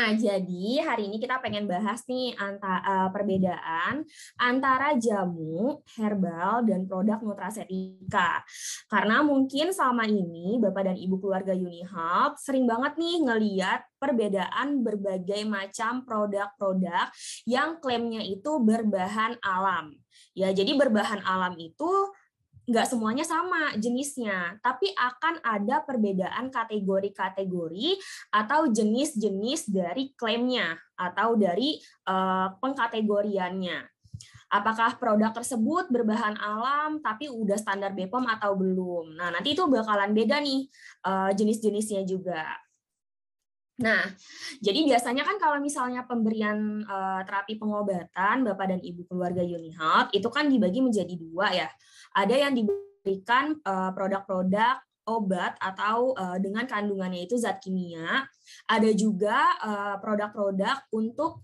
Nah, jadi hari ini kita pengen bahas nih perbedaan antara jamu, herbal, dan produk nutracetika. Karena mungkin selama ini Bapak dan Ibu keluarga UniHealth sering banget nih ngeliat perbedaan berbagai macam produk-produk yang klaimnya itu berbahan alam. Ya, jadi berbahan alam itu nggak semuanya sama jenisnya, tapi akan ada perbedaan kategori-kategori atau jenis-jenis dari klaimnya atau dari pengkategoriannya. Apakah produk tersebut berbahan alam tapi udah standar BPOM atau belum? Nah, nanti itu bakalan beda nih jenis-jenisnya juga. Nah, jadi biasanya kan kalau misalnya pemberian terapi pengobatan Bapak dan Ibu keluarga UniHealth itu kan dibagi menjadi dua ya. Ada yang diberikan produk-produk obat atau dengan kandungannya itu zat kimia. Ada juga produk-produk untuk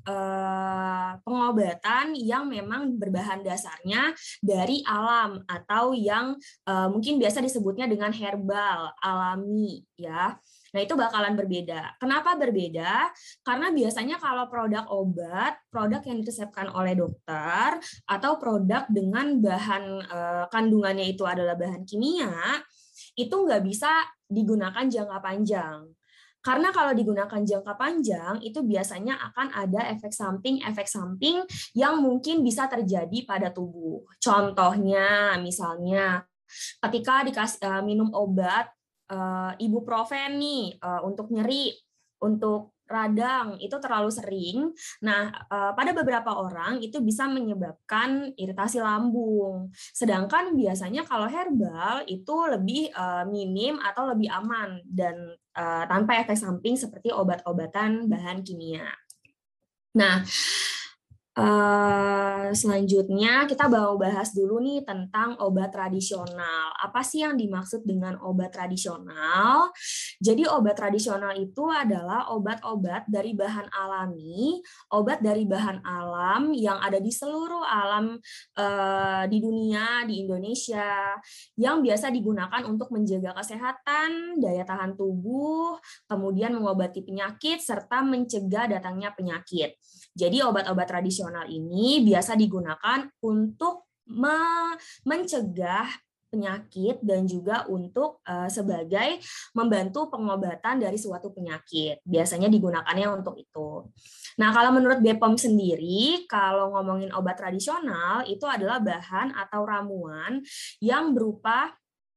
pengobatan yang memang berbahan dasarnya dari alam atau yang mungkin biasa disebutnya dengan herbal, alami ya. Nah, itu bakalan berbeda. Kenapa berbeda? Karena biasanya kalau produk obat, produk yang diresepkan oleh dokter, atau produk dengan bahan kandungannya itu adalah bahan kimia, itu nggak bisa digunakan jangka panjang. Karena kalau digunakan jangka panjang, itu biasanya akan ada efek samping yang mungkin bisa terjadi pada tubuh. Contohnya, misalnya, ketika dikasih minum obat ibuprofen nih untuk nyeri, untuk radang itu terlalu sering. Nah, pada beberapa orang itu bisa menyebabkan iritasi lambung. Sedangkan biasanya kalau herbal itu lebih minim atau lebih aman dan tanpa efek samping seperti obat-obatan bahan kimia. Nah, selanjutnya kita mau bahas dulu nih tentang obat tradisional. Apa sih yang dimaksud dengan obat tradisional? Jadi obat tradisional itu adalah obat-obat dari bahan alami, obat dari bahan alam yang ada di seluruh alam di dunia, di Indonesia, yang biasa digunakan untuk menjaga kesehatan, daya tahan tubuh, kemudian mengobati penyakit, serta mencegah datangnya penyakit. Jadi obat-obat tradisional ini biasa digunakan untuk mencegah penyakit dan juga untuk sebagai membantu pengobatan dari suatu penyakit. Biasanya digunakannya untuk itu. Nah, kalau menurut BPOM sendiri, kalau ngomongin obat tradisional, itu adalah bahan atau ramuan yang berupa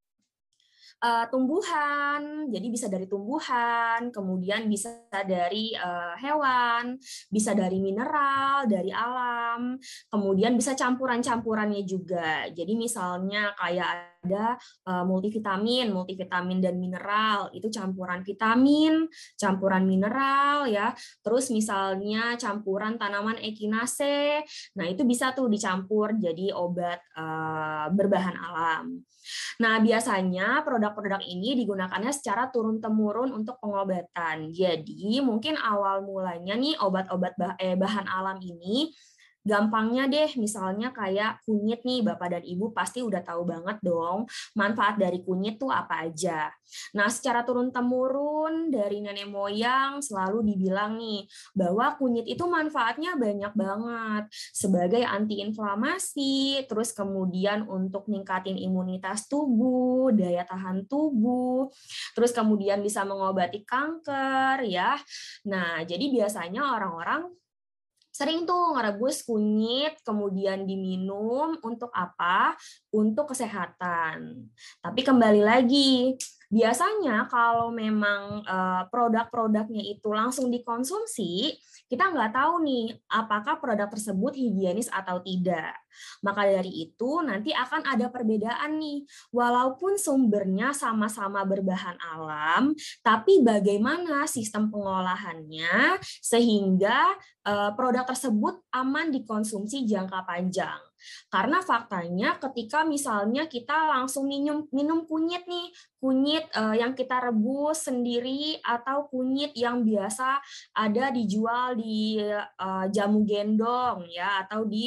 tumbuhan, jadi bisa dari tumbuhan, kemudian bisa dari hewan, bisa dari mineral, dari alam, kemudian bisa campuran-campurannya juga. Jadi misalnya kayak ada multivitamin dan mineral, itu campuran vitamin, campuran mineral ya. Terus misalnya campuran tanaman echinacea, nah itu bisa tuh dicampur jadi obat berbahan alam. Nah, biasanya produk-produk ini digunakannya secara turun-temurun untuk pengobatan. Jadi, mungkin awal mulanya nih obat-obat bahan alam ini gampangnya deh, misalnya kayak kunyit nih, Bapak dan Ibu pasti udah tahu banget dong manfaat dari kunyit tuh apa aja. Nah, secara turun-temurun dari nenek moyang selalu dibilang nih bahwa kunyit itu manfaatnya banyak banget sebagai antiinflamasi, terus kemudian untuk ningkatin imunitas tubuh, daya tahan tubuh, terus kemudian bisa mengobati kanker ya. Nah, jadi biasanya orang-orang sering tuh ngerebus kunyit, kemudian diminum untuk apa? Untuk kesehatan. Tapi kembali lagi, biasanya kalau memang produk-produknya itu langsung dikonsumsi, kita nggak tahu nih apakah produk tersebut higienis atau tidak. Maka dari itu nanti akan ada perbedaan nih. Walaupun sumbernya sama-sama berbahan alam, tapi bagaimana sistem pengolahannya sehingga produk tersebut aman dikonsumsi jangka panjang. Karena faktanya ketika misalnya kita langsung minum kunyit nih, kunyit yang kita rebus sendiri atau kunyit yang biasa ada dijual di jamu gendong ya atau di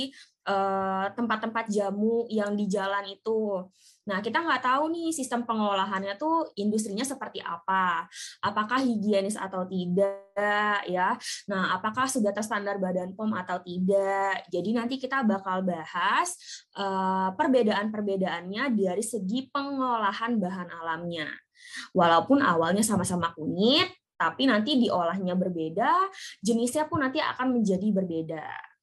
tempat-tempat jamu yang di jalan itu. Nah, kita nggak tahu nih sistem pengolahannya tuh industrinya seperti apa, apakah higienis atau tidak, ya. Nah, apakah sudah terstandar Badan POM atau tidak. Jadi nanti kita bakal bahas perbedaan-perbedaannya dari segi pengolahan bahan alamnya. Walaupun awalnya sama-sama kunyit, tapi nanti diolahnya berbeda, jenisnya pun nanti akan menjadi berbeda.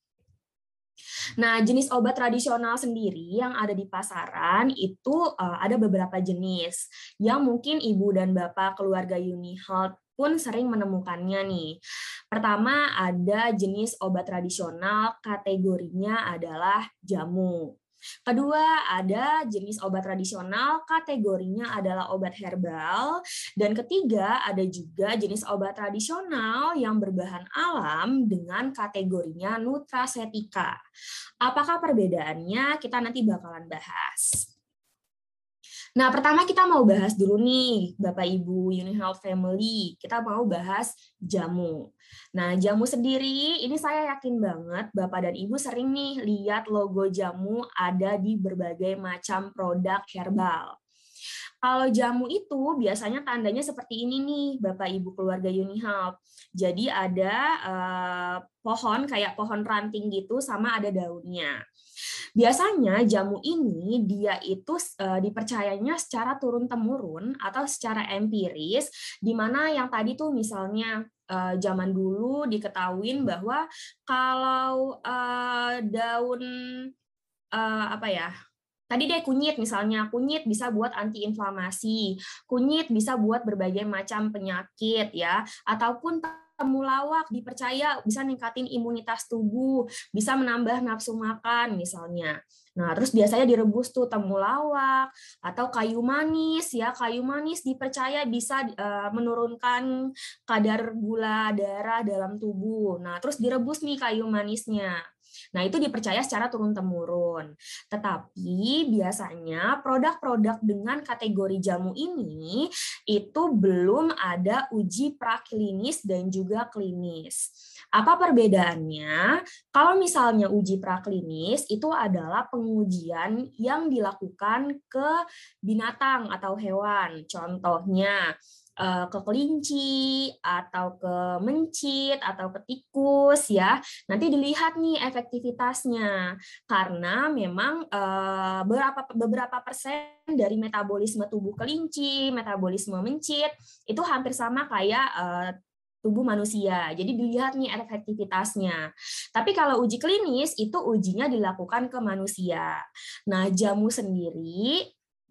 Nah, jenis obat tradisional sendiri yang ada di pasaran itu ada beberapa jenis yang mungkin ibu dan bapak keluarga UniHealth pun sering menemukannya nih. Pertama, ada jenis obat tradisional, kategorinya adalah jamu. Kedua, ada jenis obat tradisional, kategorinya adalah obat herbal. Dan ketiga, ada juga jenis obat tradisional yang berbahan alam dengan kategorinya nutracetika. Apakah perbedaannya? Kita nanti bakalan bahas. Nah, pertama kita mau bahas dulu nih, Bapak Ibu UniHealth Family. Kita mau bahas jamu. Nah, jamu sendiri, ini saya yakin banget Bapak dan Ibu sering nih lihat logo jamu ada di berbagai macam produk herbal. Kalau jamu itu biasanya tandanya seperti ini nih, Bapak Ibu keluarga UniHealth. Jadi ada pohon, kayak pohon ranting gitu, sama ada daunnya. Biasanya jamu ini dia itu dipercayanya secara turun-temurun atau secara empiris, di mana yang tadi tuh misalnya zaman dulu diketahuin bahwa kalau daun apa ya? Tadi deh kunyit misalnya, kunyit bisa buat antiinflamasi, kunyit bisa buat berbagai macam penyakit ya, ataupun temulawak dipercaya bisa ningkatin imunitas tubuh, bisa menambah nafsu makan misalnya. Nah, terus biasanya direbus tuh temulawak atau kayu manis ya. Kayu manis dipercaya bisa menurunkan kadar gula darah dalam tubuh. Nah, terus direbus nih kayu manisnya. Nah, itu dipercaya secara turun-temurun. Tetapi biasanya produk-produk dengan kategori jamu ini itu belum ada uji praklinis dan juga klinis. Apa perbedaannya? Kalau misalnya uji praklinis itu adalah pengujian yang dilakukan ke binatang atau hewan. Contohnya ke kelinci atau ke mencit atau ke tikus ya. Nanti dilihat nih efektivitasnya karena memang beberapa persen dari metabolisme tubuh kelinci, metabolisme mencit itu hampir sama kayak tubuh manusia. Jadi dilihat nih efektivitasnya. Tapi kalau uji klinis itu ujinya dilakukan ke manusia. Nah, jamu sendiri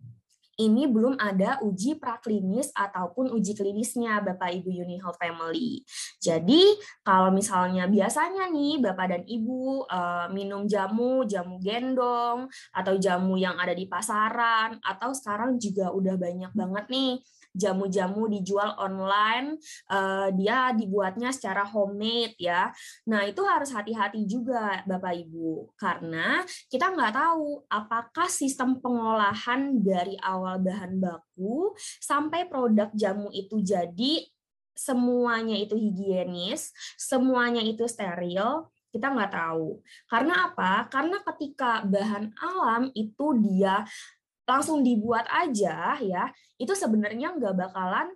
ini belum ada uji praklinis ataupun uji klinisnya Bapak Ibu UniHealth Family. Jadi kalau misalnya biasanya nih Bapak dan Ibu minum jamu gendong atau jamu yang ada di pasaran atau sekarang juga udah banyak banget nih jamu-jamu dijual online, dia dibuatnya secara homemade ya. Nah itu harus hati-hati juga Bapak Ibu karena kita nggak tahu apakah sistem pengolahan dari awal bahan baku sampai produk jamu itu jadi semuanya itu higienis, semuanya itu steril, kita nggak tahu. Karena apa? Karena ketika bahan alam itu dia langsung dibuat aja ya, itu sebenarnya nggak bakalan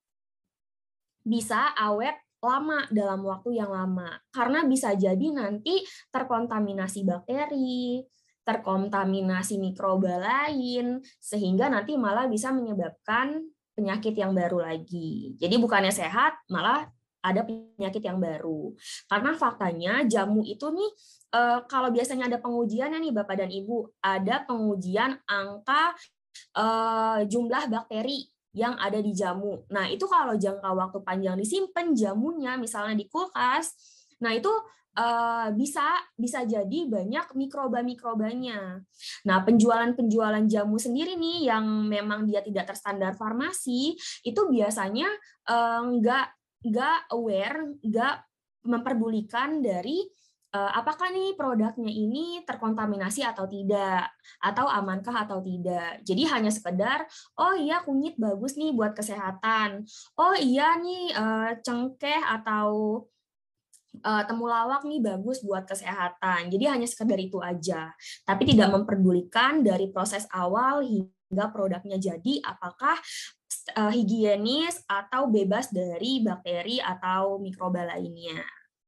bisa awet lama dalam waktu yang lama. Karena bisa jadi nanti terkontaminasi bakteri, terkontaminasi mikroba lain, sehingga nanti malah bisa menyebabkan penyakit yang baru lagi. Jadi bukannya sehat, malah ada penyakit yang baru. Karena faktanya jamu itu nih, kalau biasanya ada pengujiannya nih Bapak dan Ibu, ada pengujian angka jumlah bakteri yang ada di jamu. Nah, itu kalau jangka waktu panjang disimpan jamunya, misalnya di kulkas, nah itu bisa jadi banyak mikroba-mikrobanya. Nah, penjualan jamu sendiri nih yang memang dia tidak terstandar farmasi, itu biasanya nggak aware, nggak memperdulikan dari apakah nih produknya ini terkontaminasi atau tidak, atau amankah atau tidak. Jadi hanya sekedar, oh iya kunyit bagus nih buat kesehatan, oh iya nih cengkeh atau temulawak nih bagus buat kesehatan. Jadi hanya sekedar itu aja. Tapi tidak memperdulikan dari proses awal hingga produknya jadi apakah higienis atau bebas dari bakteri atau mikroba lainnya.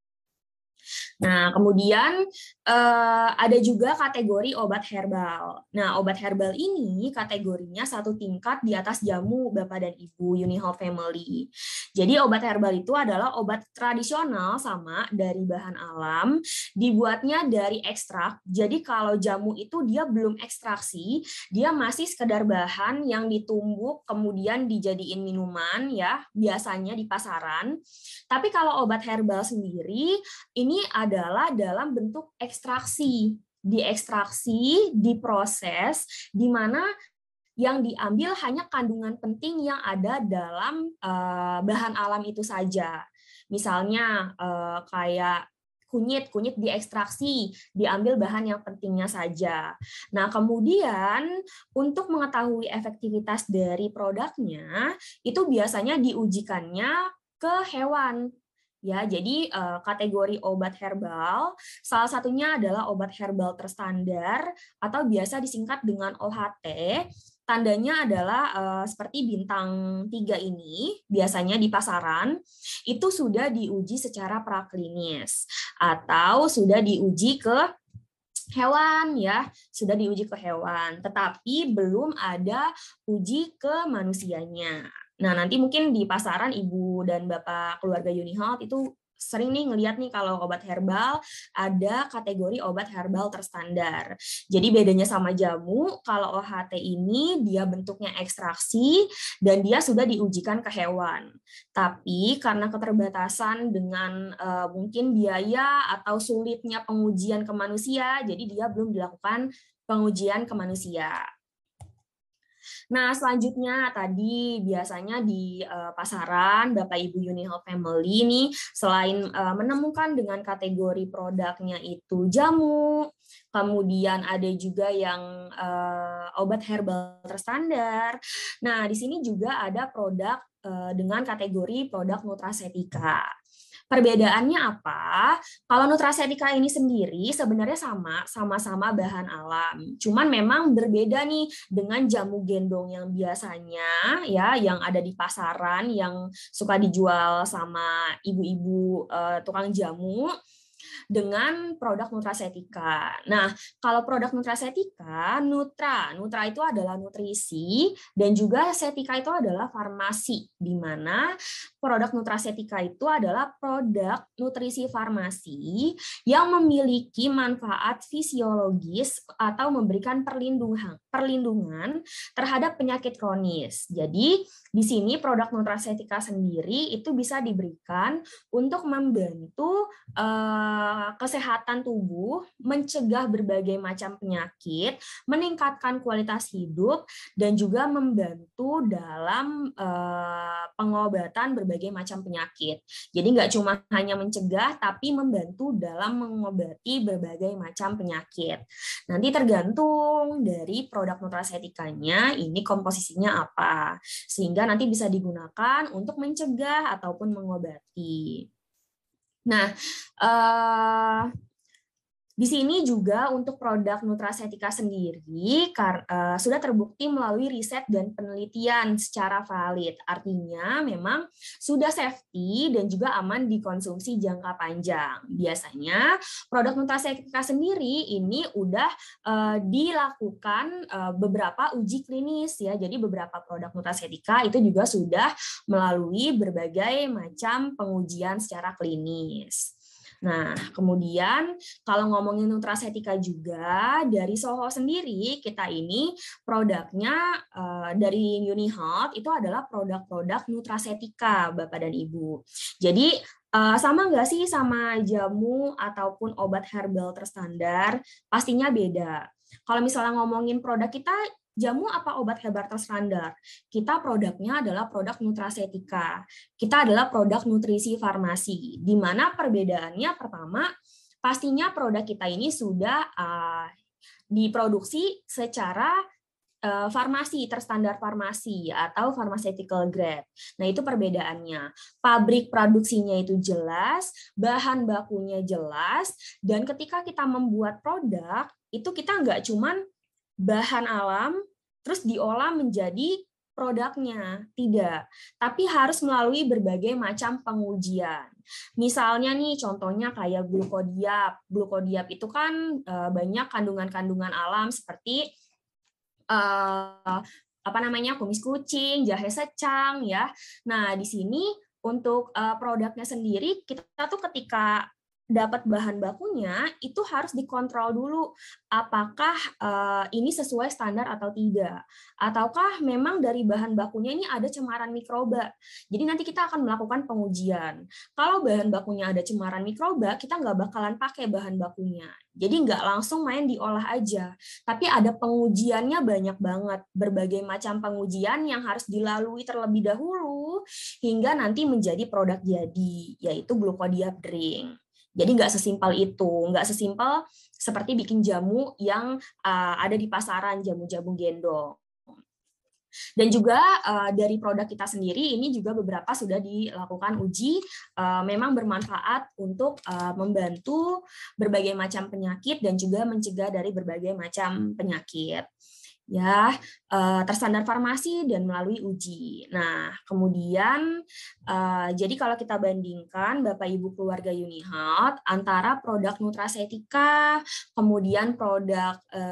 Nah, kemudian ada juga kategori obat herbal. Nah, obat herbal ini kategorinya satu tingkat di atas jamu Bapak dan Ibu Unihealth Family. Jadi obat herbal itu adalah obat tradisional sama dari bahan alam, dibuatnya dari ekstrak. Jadi kalau jamu itu dia belum ekstraksi, dia masih sekedar bahan yang ditumbuk kemudian dijadiin minuman ya, biasanya di pasaran. Tapi kalau obat herbal sendiri ini adalah dalam bentuk ekstraksi, diekstraksi, diproses, di mana yang diambil hanya kandungan penting yang ada dalam bahan alam itu saja. Misalnya kayak kunyit diekstraksi, diambil bahan yang pentingnya saja. Nah, kemudian untuk mengetahui efektivitas dari produknya, itu biasanya diujikannya ke hewan. Ya, jadi kategori obat herbal salah satunya adalah obat herbal terstandar atau biasa disingkat dengan OHT. Tandanya adalah seperti bintang 3 ini, biasanya di pasaran, itu sudah diuji secara praklinis atau sudah diuji ke hewan ya, sudah diuji ke hewan, tetapi belum ada uji ke manusianya. Nah, nanti mungkin di pasaran Ibu dan Bapak keluarga Unihealth itu sering nih ngelihat nih kalau obat herbal ada kategori obat herbal terstandar. Jadi bedanya sama jamu, kalau OHT ini dia bentuknya ekstraksi dan dia sudah diujikan ke hewan. Tapi karena keterbatasan dengan mungkin biaya atau sulitnya pengujian ke manusia, jadi dia belum dilakukan pengujian ke manusia. Nah, selanjutnya tadi biasanya di pasaran Bapak Ibu Unihealth Family ini selain menemukan dengan kategori produknya itu jamu, kemudian ada juga yang obat herbal terstandar. Nah, di sini juga ada produk dengan kategori produk nutracetika. Perbedaannya apa? Kalau nutracetika ini sendiri sebenarnya sama-sama bahan alam. Cuman memang berbeda nih dengan jamu gendong yang biasanya ya yang ada di pasaran yang suka dijual sama ibu-ibu tukang jamu dengan produk nutracetika. Nah, kalau produk nutracetika, Nutra itu adalah nutrisi dan juga setika itu adalah farmasi, di mana produk nutracetika itu adalah produk nutrisi farmasi yang memiliki manfaat fisiologis atau memberikan perlindungan terhadap penyakit kronis. Jadi, di sini produk nutracetika sendiri itu bisa diberikan untuk membantu kesehatan tubuh, mencegah berbagai macam penyakit, meningkatkan kualitas hidup, dan juga membantu dalam pengobatan berbagai macam penyakit. Jadi nggak cuma hanya mencegah, tapi membantu dalam mengobati berbagai macam penyakit. Nanti tergantung dari produk nutracetikanya, ini komposisinya apa. Sehingga nanti bisa digunakan untuk mencegah ataupun mengobati. Nah, di sini juga untuk produk nutracetika sendiri sudah terbukti melalui riset dan penelitian secara valid. Artinya memang sudah safety dan juga aman dikonsumsi jangka panjang. Biasanya produk nutracetika sendiri ini udah dilakukan beberapa uji klinis ya. Jadi beberapa produk nutracetika itu juga sudah melalui berbagai macam pengujian secara klinis. Nah, kemudian kalau ngomongin nutracetika juga, dari Soho sendiri, kita ini produknya dari Unihealth itu adalah produk-produk nutracetika, Bapak dan Ibu. Jadi, sama nggak sih sama jamu ataupun obat herbal terstandar? Pastinya beda. Kalau misalnya ngomongin produk kita, jamu apa obat herbal terstandar? Kita produknya adalah produk nutracetika. Kita adalah produk nutrisi farmasi. Di mana perbedaannya pertama, pastinya produk kita ini sudah diproduksi secara farmasi terstandar farmasi atau pharmaceutical grade. Nah, itu perbedaannya. Pabrik produksinya itu jelas, bahan bakunya jelas, dan ketika kita membuat produk, itu kita nggak cuman bahan alam, terus diolah menjadi produknya, tidak. Tapi harus melalui berbagai macam pengujian. Misalnya nih, contohnya kayak glukodiap. Glukodiap itu kan banyak kandungan-kandungan alam seperti apa namanya, kumis kucing, jahe secang ya. Nah, di sini untuk produknya sendiri kita tuh ketika dapat bahan bakunya itu harus dikontrol dulu apakah ini sesuai standar atau tidak, ataukah memang dari bahan bakunya ini ada cemaran mikroba. Jadi nanti kita akan melakukan pengujian. Kalau bahan bakunya ada cemaran mikroba, kita nggak bakalan pakai bahan bakunya. Jadi nggak langsung main diolah aja, tapi ada pengujiannya banyak banget, berbagai macam pengujian yang harus dilalui terlebih dahulu hingga nanti menjadi produk jadi, yaitu glukodiap drink. Jadi nggak sesimpel itu, nggak sesimpel seperti bikin jamu yang ada di pasaran, jamu-jamu gendong. Dan juga dari produk kita sendiri ini juga beberapa sudah dilakukan uji, memang bermanfaat untuk membantu berbagai macam penyakit dan juga mencegah dari berbagai macam penyakit. Ya, terstandar farmasi dan melalui uji. Nah, kemudian jadi kalau kita bandingkan Bapak Ibu keluarga Unihealth antara produk nutracetika, kemudian produk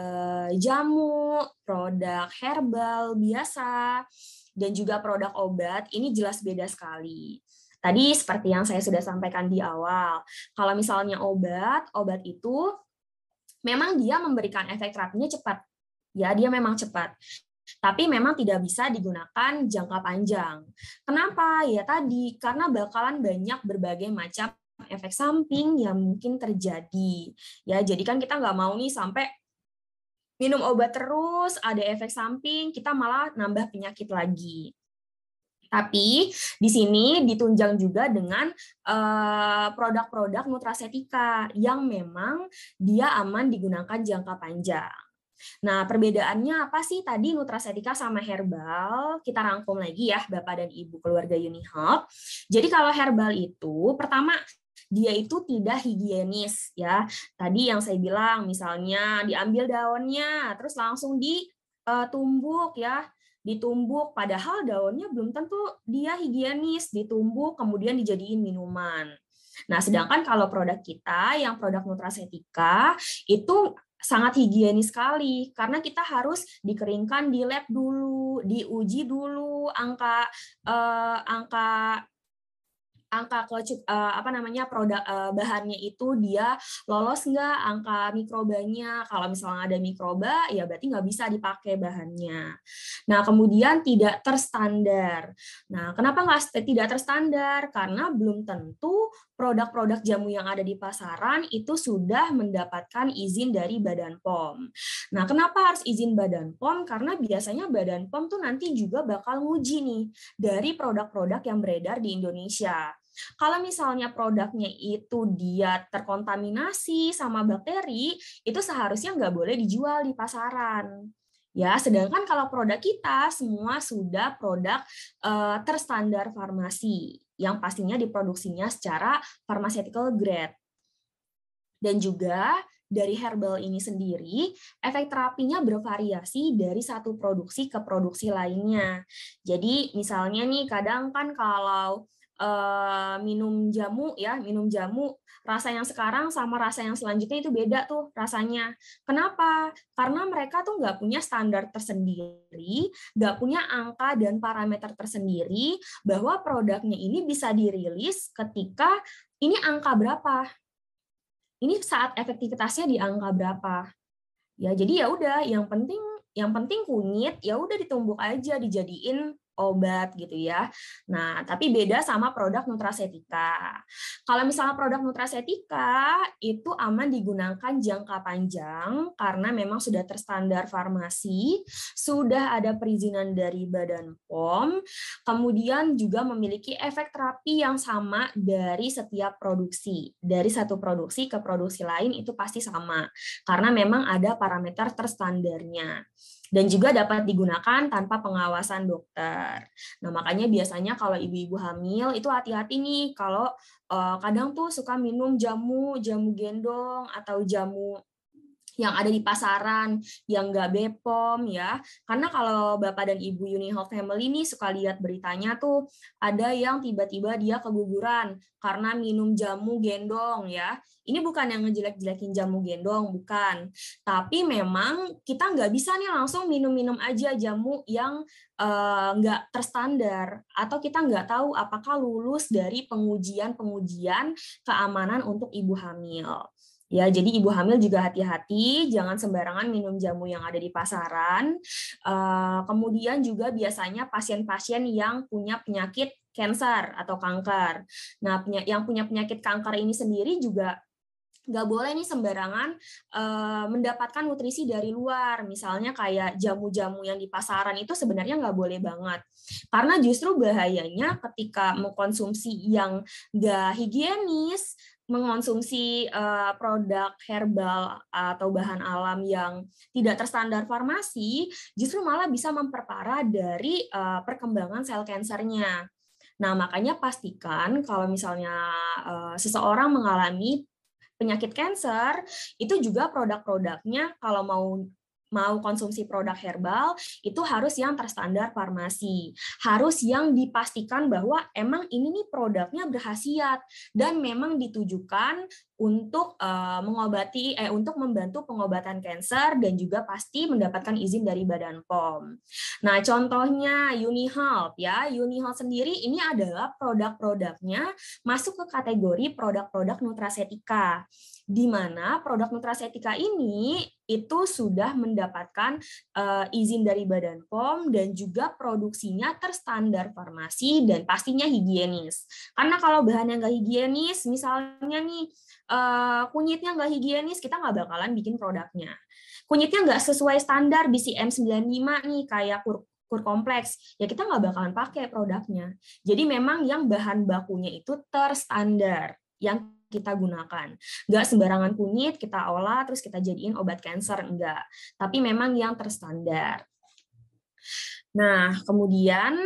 jamu, produk herbal biasa, dan juga produk obat, ini jelas beda sekali. Tadi seperti yang saya sudah sampaikan di awal, kalau misalnya obat itu memang dia memberikan efek terapinya cepat. Ya, dia memang cepat. Tapi memang tidak bisa digunakan jangka panjang. Kenapa? Ya tadi, karena bakalan banyak berbagai macam efek samping yang mungkin terjadi. Ya, jadi kan kita nggak mau nih sampai minum obat terus, ada efek samping, kita malah nambah penyakit lagi. Tapi di sini ditunjang juga dengan produk-produk nutracetika yang memang dia aman digunakan jangka panjang. Nah, perbedaannya apa sih tadi nutracetika sama herbal? Kita rangkum lagi ya, Bapak dan Ibu keluarga Unihealth. Jadi kalau herbal itu, pertama, dia itu tidak higienis ya. Tadi yang saya bilang, misalnya diambil daunnya, terus langsung ditumbuk ya, ditumbuk. Padahal daunnya belum tentu dia higienis, ditumbuk kemudian dijadiin minuman. Nah, sedangkan kalau produk kita yang produk nutracetika itu sangat higienis sekali karena kita harus dikeringkan di lab dulu, diuji dulu angka produk bahannya itu dia lolos nggak angka mikrobanya. Kalau misalnya ada mikroba ya berarti nggak bisa dipakai bahannya. Nah, kemudian tidak terstandar. Nah, kenapa tidak terstandar? Karena belum tentu produk-produk jamu yang ada di pasaran itu sudah mendapatkan izin dari Badan POM. Nah, kenapa harus izin Badan POM? Karena biasanya Badan POM tuh nanti juga bakal nguji nih dari produk-produk yang beredar di Indonesia. Kalau misalnya produknya itu dia terkontaminasi sama bakteri, itu seharusnya nggak boleh dijual di pasaran. Ya, sedangkan kalau produk kita semua sudah produk terstandar farmasi yang pastinya diproduksinya secara pharmaceutical grade. Dan juga dari herbal ini sendiri, efek terapinya bervariasi dari satu produksi ke produksi lainnya. Jadi misalnya nih kadang kan kalau minum jamu rasa yang sekarang sama rasa yang selanjutnya itu beda tuh rasanya. Kenapa? Karena mereka tuh nggak punya standar tersendiri, nggak punya angka dan parameter tersendiri bahwa produknya ini bisa dirilis ketika ini angka berapa. Ini saat efektivitasnya di angka berapa. Ya, jadi ya udah yang penting kunyit ya udah ditumbuk aja dijadiin obat gitu ya. Nah, tapi beda sama produk nutracetika. Kalau misalnya produk nutracetika itu aman digunakan jangka panjang karena memang sudah terstandar farmasi, sudah ada perizinan dari Badan POM, kemudian juga memiliki efek terapi yang sama dari setiap produksi. Dari satu produksi ke produksi lain itu pasti sama karena memang ada parameter terstandarnya. dan juga dapat digunakan tanpa pengawasan dokter. Nah, makanya biasanya kalau ibu-ibu hamil itu hati-hati nih kalau kadang tuh suka minum jamu gendong atau jamu yang ada di pasaran, yang nggak BPOM ya. Karena kalau Bapak dan Ibu Unihealth Family ini suka lihat beritanya tuh, ada yang tiba-tiba dia keguguran karena minum jamu gendong ya. Ini bukan yang ngejelek-jelekin jamu gendong, bukan. Tapi memang kita nggak bisa nih langsung minum-minum aja jamu yang nggak terstandar, atau kita nggak tahu apakah lulus dari pengujian-pengujian keamanan untuk ibu hamil. Ya, jadi ibu hamil juga hati-hati, jangan sembarangan minum jamu yang ada di pasaran. Kemudian juga biasanya pasien-pasien yang punya penyakit kanker atau kanker. Nah, yang punya penyakit kanker ini sendiri juga nggak boleh nih sembarangan mendapatkan nutrisi dari luar. Misalnya kayak jamu-jamu yang di pasaran itu sebenarnya nggak boleh banget. Karena justru bahayanya ketika mengkonsumsi yang nggak higienis, mengonsumsi produk herbal atau bahan alam yang tidak terstandar farmasi, justru malah bisa memperparah dari perkembangan sel kansernya. Nah, makanya pastikan kalau misalnya seseorang mengalami penyakit kanker, itu juga produk-produknya kalau mau konsumsi produk herbal itu harus yang terstandar farmasi, harus yang dipastikan bahwa emang ini nih produknya berkhasiat dan memang ditujukan untuk untuk membantu pengobatan kanker dan juga pasti mendapatkan izin dari Badan POM. Nah, contohnya UniHealth ya, UniHealth sendiri ini adalah produk-produknya masuk ke kategori produk-produk nutracetika, di mana produk nutracetika ini itu sudah mendapatkan izin dari Badan POM dan juga produksinya terstandar farmasi dan pastinya higienis. Karena kalau bahannya nggak higienis, misalnya nih kunyitnya nggak higienis, kita nggak bakalan bikin produknya. Kunyitnya nggak sesuai standar BCM95 nih, kayak kur kompleks, ya kita nggak bakalan pakai produknya. Jadi memang yang bahan bakunya itu terstandar yang kita gunakan. Nggak sembarangan kunyit kita olah terus kita jadiin obat kanker, enggak. Tapi memang yang terstandar. Nah, kemudian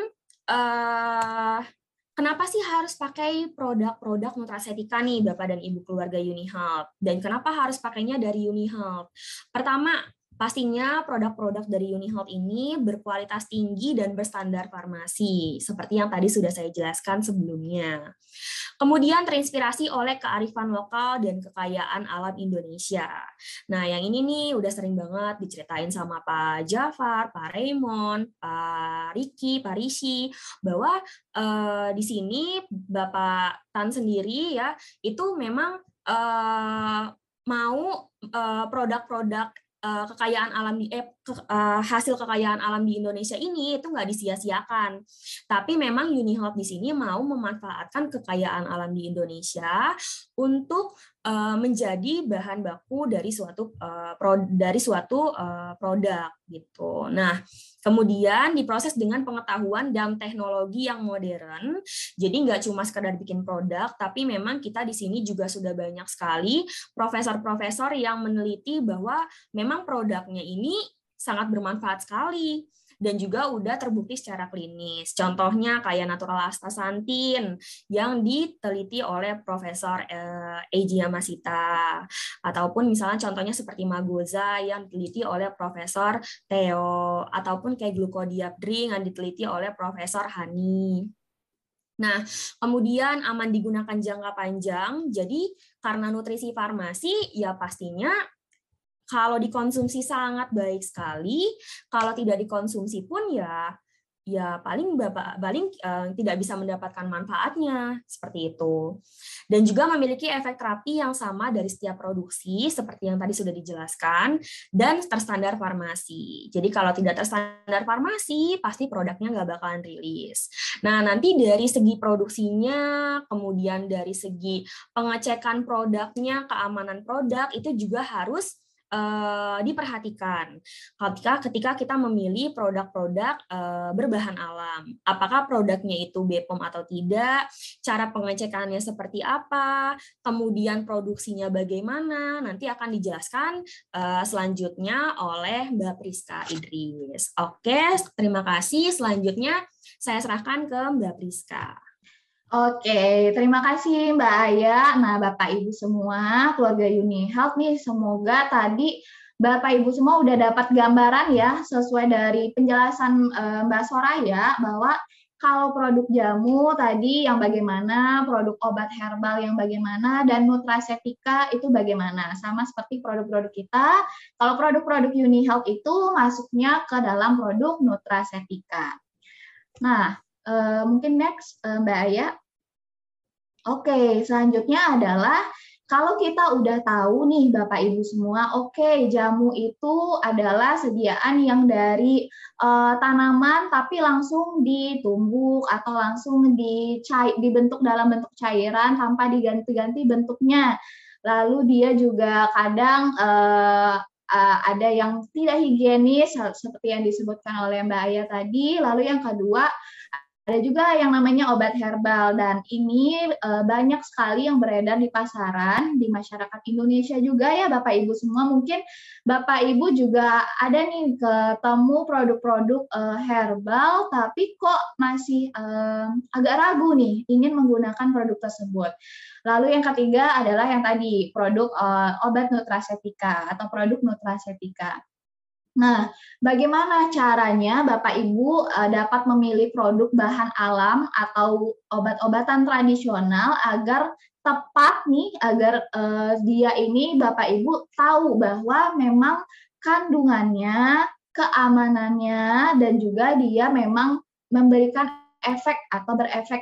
kenapa sih harus pakai produk-produk nutracetika nih Bapak dan Ibu keluarga UniHealth? Dan kenapa harus pakainya dari UniHealth? Pertama, pastinya produk-produk dari UniHealth ini berkualitas tinggi dan berstandar farmasi, seperti yang tadi sudah saya jelaskan sebelumnya. Kemudian terinspirasi oleh kearifan lokal dan kekayaan alam Indonesia. Nah, yang ini nih udah sering banget diceritain sama Pak Jafar, Pak Raymond, Pak Riki, Pak Rishi, bahwa di sini Bapak Tan sendiri ya, itu memang mau produk-produk kekayaan alam hasil kekayaan alam di Indonesia ini itu nggak disia-siakan. Tapi memang UniHealth di sini mau memanfaatkan kekayaan alam di Indonesia untuk menjadi bahan baku dari suatu produk gitu. Nah, kemudian diproses dengan pengetahuan dan teknologi yang modern. Jadi nggak cuma sekedar bikin produk, tapi memang kita di sini juga sudah banyak sekali profesor-profesor yang meneliti bahwa memang produknya ini sangat bermanfaat sekali dan juga udah terbukti secara klinis. Contohnya kayak natural astaxanthin yang diteliti oleh Profesor Eiji Yamashita, ataupun misalnya contohnya seperti Magoza yang diteliti oleh Profesor Theo, ataupun kayak glucodiap drink yang diteliti oleh Profesor Hani. Nah, kemudian aman digunakan jangka panjang. Jadi karena nutrisi farmasi ya pastinya kalau dikonsumsi sangat baik sekali, kalau tidak dikonsumsi pun ya paling tidak bisa mendapatkan manfaatnya seperti itu. Dan juga memiliki efek terapi yang sama dari setiap produksi seperti yang tadi sudah dijelaskan dan terstandar farmasi. Jadi kalau tidak terstandar farmasi pasti produknya nggak bakalan rilis. Nah, nanti dari segi produksinya, kemudian dari segi pengecekan produknya, keamanan produk itu juga harus diperhatikan ketika kita memilih produk-produk berbahan alam. Apakah produknya itu BPOM atau tidak, cara pengecekannya seperti apa, kemudian produksinya bagaimana, nanti akan dijelaskan selanjutnya oleh Mbak Priska Idris. Oke, terima kasih. Selanjutnya saya serahkan ke Mbak Priska. Oke, terima kasih Mbak Aya. Nah, Bapak Ibu semua, keluarga Uni Health nih, semoga tadi Bapak Ibu semua udah dapat gambaran ya, sesuai dari penjelasan Mbak Soraya, bahwa kalau produk jamu tadi yang bagaimana, produk obat herbal yang bagaimana, dan nutracetika itu bagaimana. Sama seperti produk-produk kita, kalau produk-produk Uni Health itu masuknya ke dalam produk nutracetika. Nah, mungkin next Mbak Aya. Oke, selanjutnya adalah kalau kita udah tahu nih Bapak Ibu semua, oke, jamu itu adalah sediaan yang dari tanaman tapi langsung ditumbuk atau langsung dibentuk dalam bentuk cairan tanpa diganti-ganti bentuknya. Lalu dia juga kadang ada yang tidak higienis seperti yang disebutkan oleh Mbak Aya tadi. Lalu yang kedua, ada juga yang namanya obat herbal, dan ini banyak sekali yang beredar di pasaran, di masyarakat Indonesia juga ya Bapak Ibu semua. Mungkin Bapak Ibu juga ada nih ketemu produk-produk herbal, tapi kok masih agak ragu nih ingin menggunakan produk tersebut. Lalu yang ketiga adalah yang tadi, produk obat nutracetika atau produk nutracetika. Nah, bagaimana caranya Bapak Ibu dapat memilih produk bahan alam atau obat-obatan tradisional agar tepat nih, agar dia ini Bapak Ibu tahu bahwa memang kandungannya, keamanannya, dan juga dia memang memberikan efek atau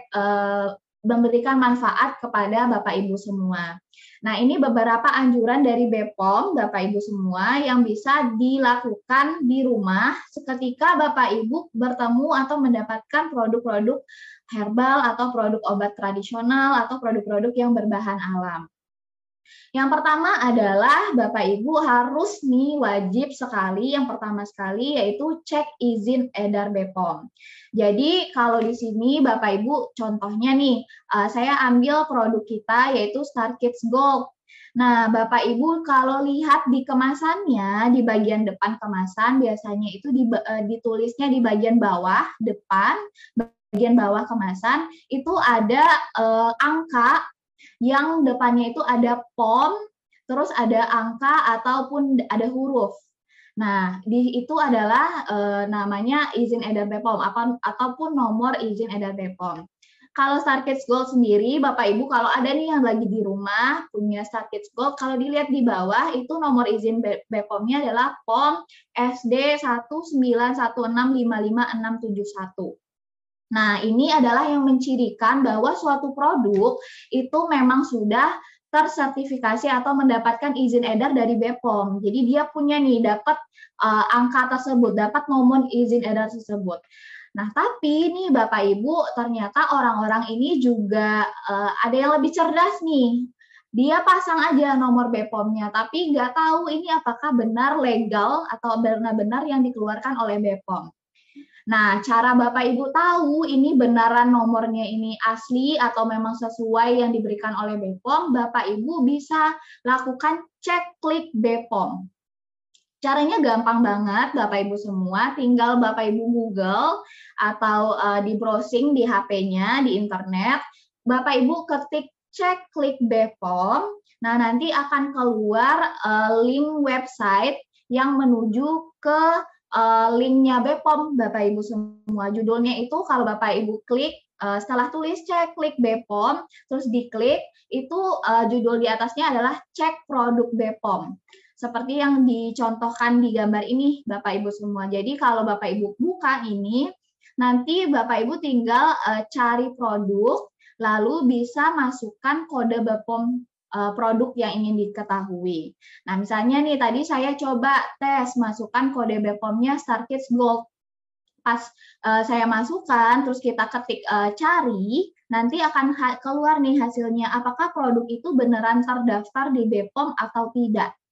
memberikan manfaat kepada Bapak Ibu semua. Nah, ini beberapa anjuran dari BPOM, Bapak Ibu semua, yang bisa dilakukan di rumah seketika Bapak Ibu bertemu atau mendapatkan produk-produk herbal atau produk obat tradisional atau produk-produk yang berbahan alam. Yang pertama adalah Bapak Ibu harus nih wajib sekali, yang pertama sekali yaitu cek izin edar BPOM. Jadi kalau di sini Bapak Ibu contohnya nih, saya ambil produk kita yaitu Star Kids Gold. Nah, Bapak Ibu kalau lihat di kemasannya, di bagian depan kemasan biasanya itu ditulisnya di bagian bawah depan, bagian bawah kemasan itu ada angka yang depannya itu ada POM, terus ada angka ataupun ada huruf. Nah, itu adalah namanya izin edar BPOM ataupun nomor izin edar BPOM. Kalau Star Kids Gold sendiri, Bapak Ibu kalau ada nih yang lagi di rumah punya Star Kids Gold, kalau dilihat di bawah itu nomor izin BPOM-nya adalah POM SD 191655671. Nah, ini adalah yang mencirikan bahwa suatu produk itu memang sudah tersertifikasi atau mendapatkan izin edar dari BPOM. Jadi dia punya nih, dapat angka tersebut, dapat nomor izin edar tersebut. Nah, tapi nih Bapak Ibu, ternyata orang-orang ini juga ada yang lebih cerdas nih. Dia pasang aja nomor BPOM-nya, tapi nggak tahu ini apakah benar legal atau benar-benar yang dikeluarkan oleh BPOM. Nah, cara Bapak Ibu tahu ini benaran nomornya ini asli atau memang sesuai yang diberikan oleh BPOM, Bapak Ibu bisa lakukan cek klik BPOM. Caranya gampang banget Bapak Ibu semua, tinggal Bapak Ibu Google atau di browsing di HP-nya, di internet, Bapak Ibu ketik cek klik BPOM, nah nanti akan keluar link website yang menuju ke linknya BPOM Bapak Ibu semua. Judulnya itu kalau Bapak Ibu klik, setelah tulis cek klik BPOM, terus diklik, itu judul di atasnya adalah cek produk BPOM. Seperti yang dicontohkan di gambar ini Bapak Ibu semua. Jadi kalau Bapak Ibu buka ini, nanti Bapak Ibu tinggal cari produk, lalu bisa masukkan kode BPOM produk yang ingin diketahui. Nah, misalnya nih tadi saya coba tes masukkan kode BPOM-nya Star Kids Gold. Pas saya masukkan, terus kita ketik cari, nanti akan keluar nih hasilnya apakah produk itu beneran terdaftar di BPOM atau tidak.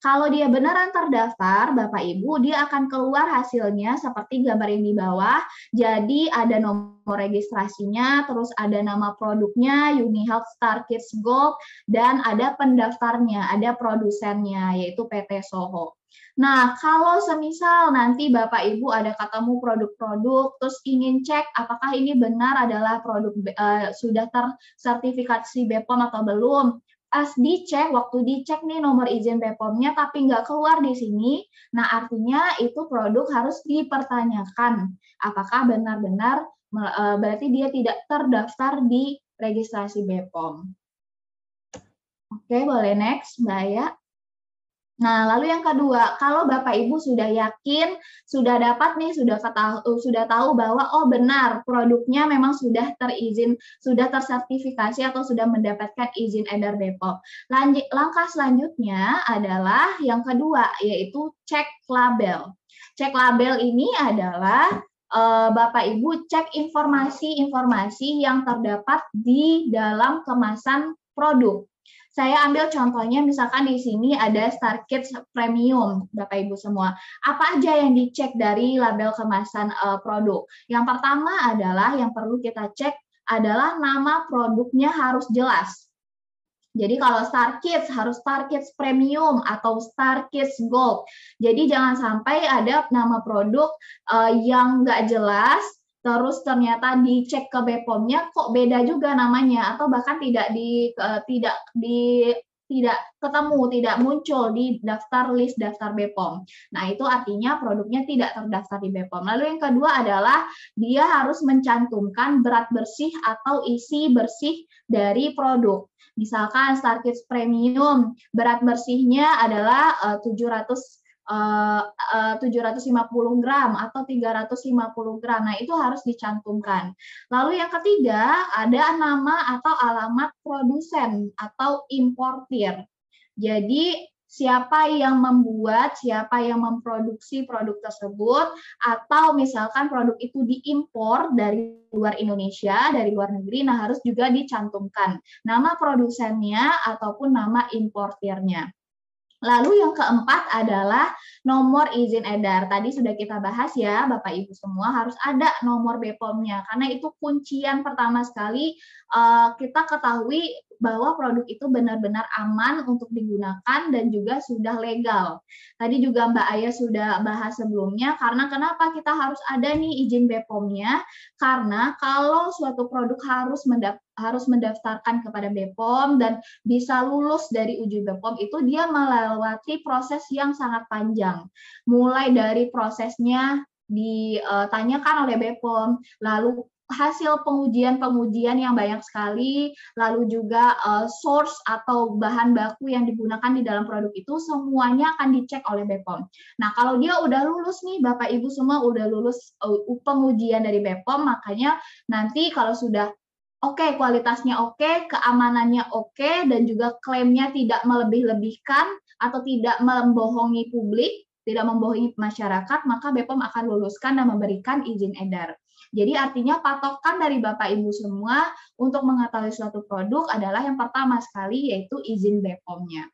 Kalau dia beneran terdaftar, Bapak Ibu, dia akan keluar hasilnya seperti gambar yang di bawah. Jadi ada nomor registrasinya, terus ada nama produknya, UniHealth Star Kids Gold, dan ada pendaftarnya, ada produsennya, yaitu PT Soho. Nah, kalau semisal nanti Bapak Ibu ada ketemu produk-produk, terus ingin cek apakah ini benar adalah produk sudah tersertifikasi BPOM atau belum, pas dicek, waktu dicek nih nomor izin BPOM-nya tapi nggak keluar di sini, nah artinya itu produk harus dipertanyakan apakah benar-benar berarti dia tidak terdaftar di registrasi BPOM. Oke, boleh next, Mbak Aya. Nah, lalu yang kedua, kalau Bapak Ibu sudah yakin, sudah dapat nih, sudah tahu bahwa oh benar produknya memang sudah terizin, sudah tersertifikasi atau sudah mendapatkan izin edar BPOM. Langkah selanjutnya adalah yang kedua, yaitu cek label. Cek label ini adalah Bapak Ibu cek informasi-informasi yang terdapat di dalam kemasan produk. Saya ambil contohnya, misalkan di sini ada Star Kids Premium, Bapak Ibu semua. Apa aja yang dicek dari label kemasan produk? Yang pertama adalah yang perlu kita cek adalah nama produknya harus jelas. Jadi kalau Star Kids harus Star Kids Premium atau Star Kids Gold. Jadi jangan sampai ada nama produk yang nggak jelas, terus ternyata dicek ke BPOM-nya kok beda juga namanya, atau bahkan tidak ketemu, tidak muncul di list daftar BPOM. Nah, itu artinya produknya tidak terdaftar di BPOM. Lalu yang kedua adalah dia harus mencantumkan berat bersih atau isi bersih dari produk. Misalkan Star Kids Premium, berat bersihnya adalah 750 gram atau 350 gram. Nah, itu harus dicantumkan. Lalu yang ketiga, ada nama atau alamat produsen atau importir. Jadi, siapa yang membuat, siapa yang memproduksi produk tersebut, atau misalkan produk itu diimpor dari luar Indonesia, dari luar negeri, nah harus juga dicantumkan nama produsennya ataupun nama importirnya. Lalu yang keempat adalah nomor izin edar. Tadi sudah kita bahas ya, Bapak Ibu semua harus ada nomor BPOM-nya. Karena itu kuncian pertama sekali kita ketahui bahwa produk itu benar-benar aman untuk digunakan dan juga sudah legal. Tadi juga Mbak Aya sudah bahas sebelumnya, karena kenapa kita harus ada nih izin BPOM-nya? Karena kalau suatu produk harus mendaftarkan kepada BPOM dan bisa lulus dari uji BPOM itu dia melewati proses yang sangat panjang. Mulai dari prosesnya ditanyakan oleh BPOM, lalu hasil pengujian yang banyak sekali, lalu juga source atau bahan baku yang digunakan di dalam produk itu semuanya akan dicek oleh BPOM. Nah, kalau dia udah lulus nih, Bapak Ibu semua udah lulus pengujian dari BPOM, makanya nanti kalau sudah oke, kualitasnya oke, keamanannya oke, dan juga klaimnya tidak melebih-lebihkan atau tidak membohongi publik, tidak membohongi masyarakat, maka BPOM akan luluskan dan memberikan izin edar. Jadi artinya patokan dari Bapak Ibu semua untuk mengetahui suatu produk adalah yang pertama sekali yaitu izin BPOM-nya.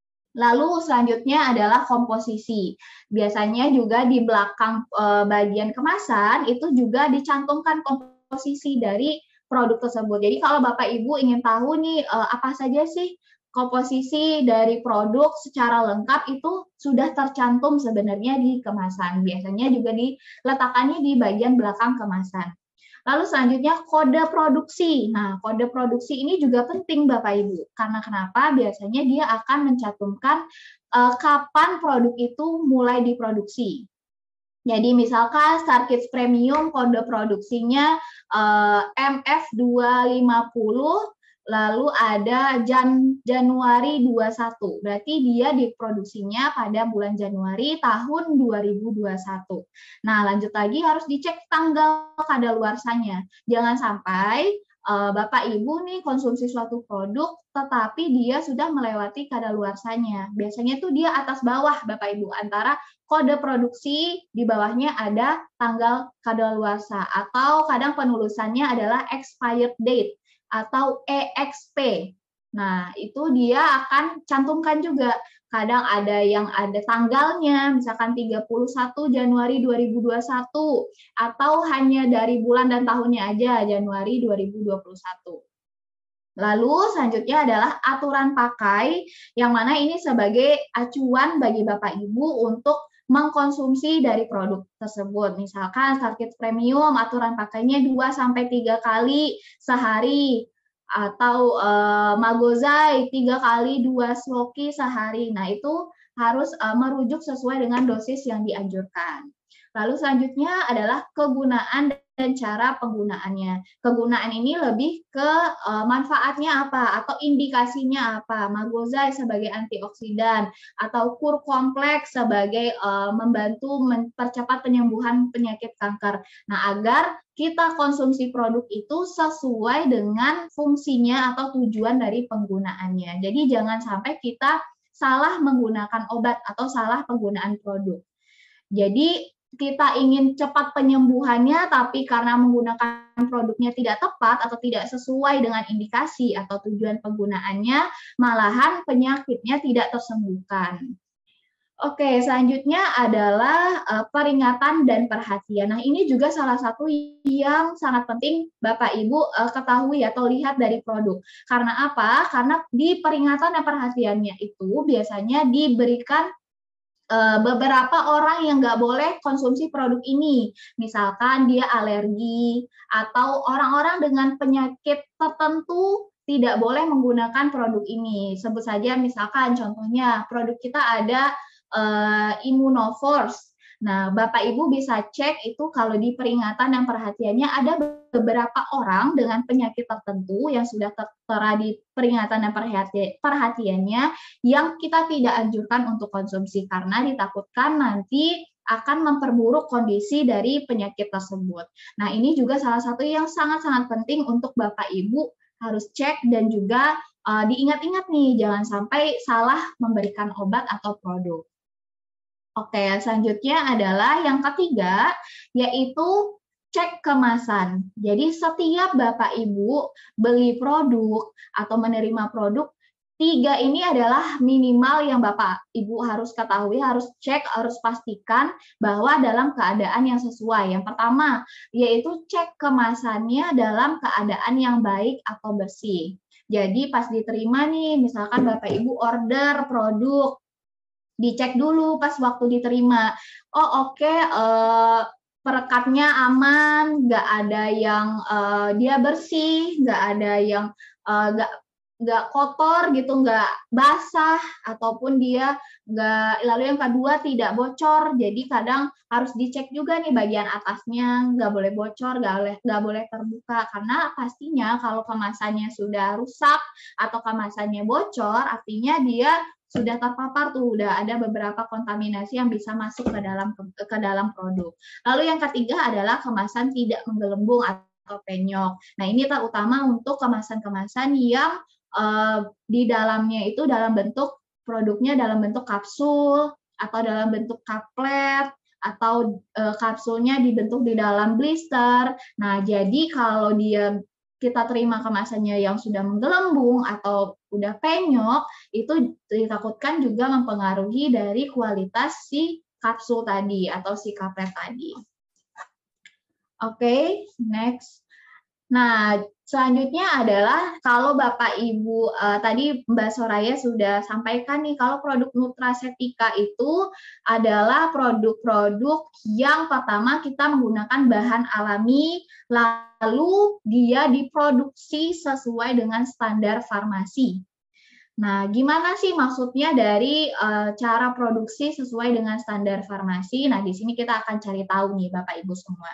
Lalu selanjutnya adalah komposisi. Biasanya juga di belakang bagian kemasan itu juga dicantumkan komposisi dari produk tersebut. Jadi kalau Bapak Ibu ingin tahu nih apa saja sih komposisi dari produk secara lengkap itu sudah tercantum sebenarnya di kemasan. Biasanya juga diletakkannya di bagian belakang kemasan. Lalu selanjutnya kode produksi. Nah, kode produksi ini juga penting Bapak Ibu. Karena kenapa? Biasanya dia akan mencantumkan kapan produk itu mulai diproduksi. Jadi misalkan Star Kids Premium kode produksinya MF250, lalu ada Januari 21. Berarti dia diproduksinya pada bulan Januari tahun 2021. Nah, lanjut lagi harus dicek tanggal kadaluarsanya. Jangan sampai Bapak Ibu nih konsumsi suatu produk tetapi dia sudah melewati kadaluarsanya. Biasanya tuh dia atas bawah Bapak Ibu, antara kode produksi di bawahnya ada tanggal kadaluarsa atau kadang penulisannya adalah expired date atau EXP. Nah, itu dia akan cantumkan juga. Kadang ada yang ada tanggalnya, misalkan 31 Januari 2021, atau hanya dari bulan dan tahunnya aja, Januari 2021. Lalu selanjutnya adalah aturan pakai, yang mana ini sebagai acuan bagi Bapak Ibu untuk mengkonsumsi dari produk tersebut. Misalkan Starkit Premium aturan pakainya 2-3 kali sehari, atau Magozai 3 kali 2 sloki sehari. Nah, itu harus merujuk sesuai dengan dosis yang dianjurkan. Lalu selanjutnya adalah kegunaan dan cara penggunaannya. Kegunaan ini lebih ke manfaatnya apa atau indikasinya apa. Magozai sebagai antioksidan atau kur kompleks sebagai membantu mempercepat penyembuhan penyakit kanker. Nah, agar kita konsumsi produk itu sesuai dengan fungsinya atau tujuan dari penggunaannya. Jadi jangan sampai kita salah menggunakan obat atau salah penggunaan produk. Jadi kita ingin cepat penyembuhannya, tapi karena menggunakan produknya tidak tepat atau tidak sesuai dengan indikasi atau tujuan penggunaannya, malahan penyakitnya tidak tersembuhkan. Oke, selanjutnya adalah peringatan dan perhatian. Nah, ini juga salah satu yang sangat penting Bapak Ibu ketahui atau lihat dari produk. Karena apa? Karena di peringatan dan perhatiannya itu biasanya diberikan beberapa orang yang nggak boleh konsumsi produk ini. Misalkan dia alergi atau orang-orang dengan penyakit tertentu tidak boleh menggunakan produk ini. Sebut saja misalkan contohnya produk kita ada Immunoforce. Nah, Bapak Ibu bisa cek itu kalau di peringatan dan perhatiannya ada beberapa orang dengan penyakit tertentu yang sudah tertera di peringatan dan perhatiannya yang kita tidak anjurkan untuk konsumsi karena ditakutkan nanti akan memperburuk kondisi dari penyakit tersebut. Nah, ini juga salah satu yang sangat-sangat penting untuk Bapak Ibu harus cek dan juga diingat-ingat nih, jangan sampai salah memberikan obat atau produk. Oke, selanjutnya adalah yang ketiga, yaitu cek kemasan. Jadi setiap Bapak Ibu beli produk atau menerima produk, 3 ini adalah minimal yang Bapak Ibu harus ketahui, harus cek, harus pastikan bahwa dalam keadaan yang sesuai. Yang pertama, yaitu cek kemasannya dalam keadaan yang baik atau bersih. Jadi pas diterima nih, misalkan Bapak Ibu order produk, dicek dulu pas waktu diterima. Oh oke, perekatnya aman, nggak ada yang dia bersih, nggak ada yang nggak kotor gitu, nggak basah, ataupun dia nggak. Lalu yang kedua tidak bocor. Jadi kadang harus dicek juga nih bagian atasnya, nggak boleh bocor, nggak boleh terbuka, karena pastinya kalau kemasannya sudah rusak atau kemasannya bocor, artinya dia sudah terpapar tuh, udah ada beberapa kontaminasi yang bisa masuk ke dalam produk. Lalu yang ketiga adalah kemasan tidak menggelembung atau penyok. Nah, ini terutama untuk kemasan-kemasan yang di dalamnya itu dalam bentuk produknya dalam bentuk kapsul atau dalam bentuk kaplet atau kapsulnya dibentuk di dalam blister. Nah, jadi kalau kita terima kemasannya yang sudah menggelembung atau udah penyok, itu ditakutkan juga mempengaruhi dari kualitas si kapsul tadi atau si kaplet tadi. Oke, next. Nah, selanjutnya adalah kalau Bapak Ibu tadi Mbak Soraya sudah sampaikan nih, kalau produk nutracetika itu adalah produk-produk yang pertama kita menggunakan bahan alami, lalu dia diproduksi sesuai dengan standar farmasi. Nah, gimana sih maksudnya dari cara produksi sesuai dengan standar farmasi? Nah, di sini kita akan cari tahu nih Bapak Ibu semua.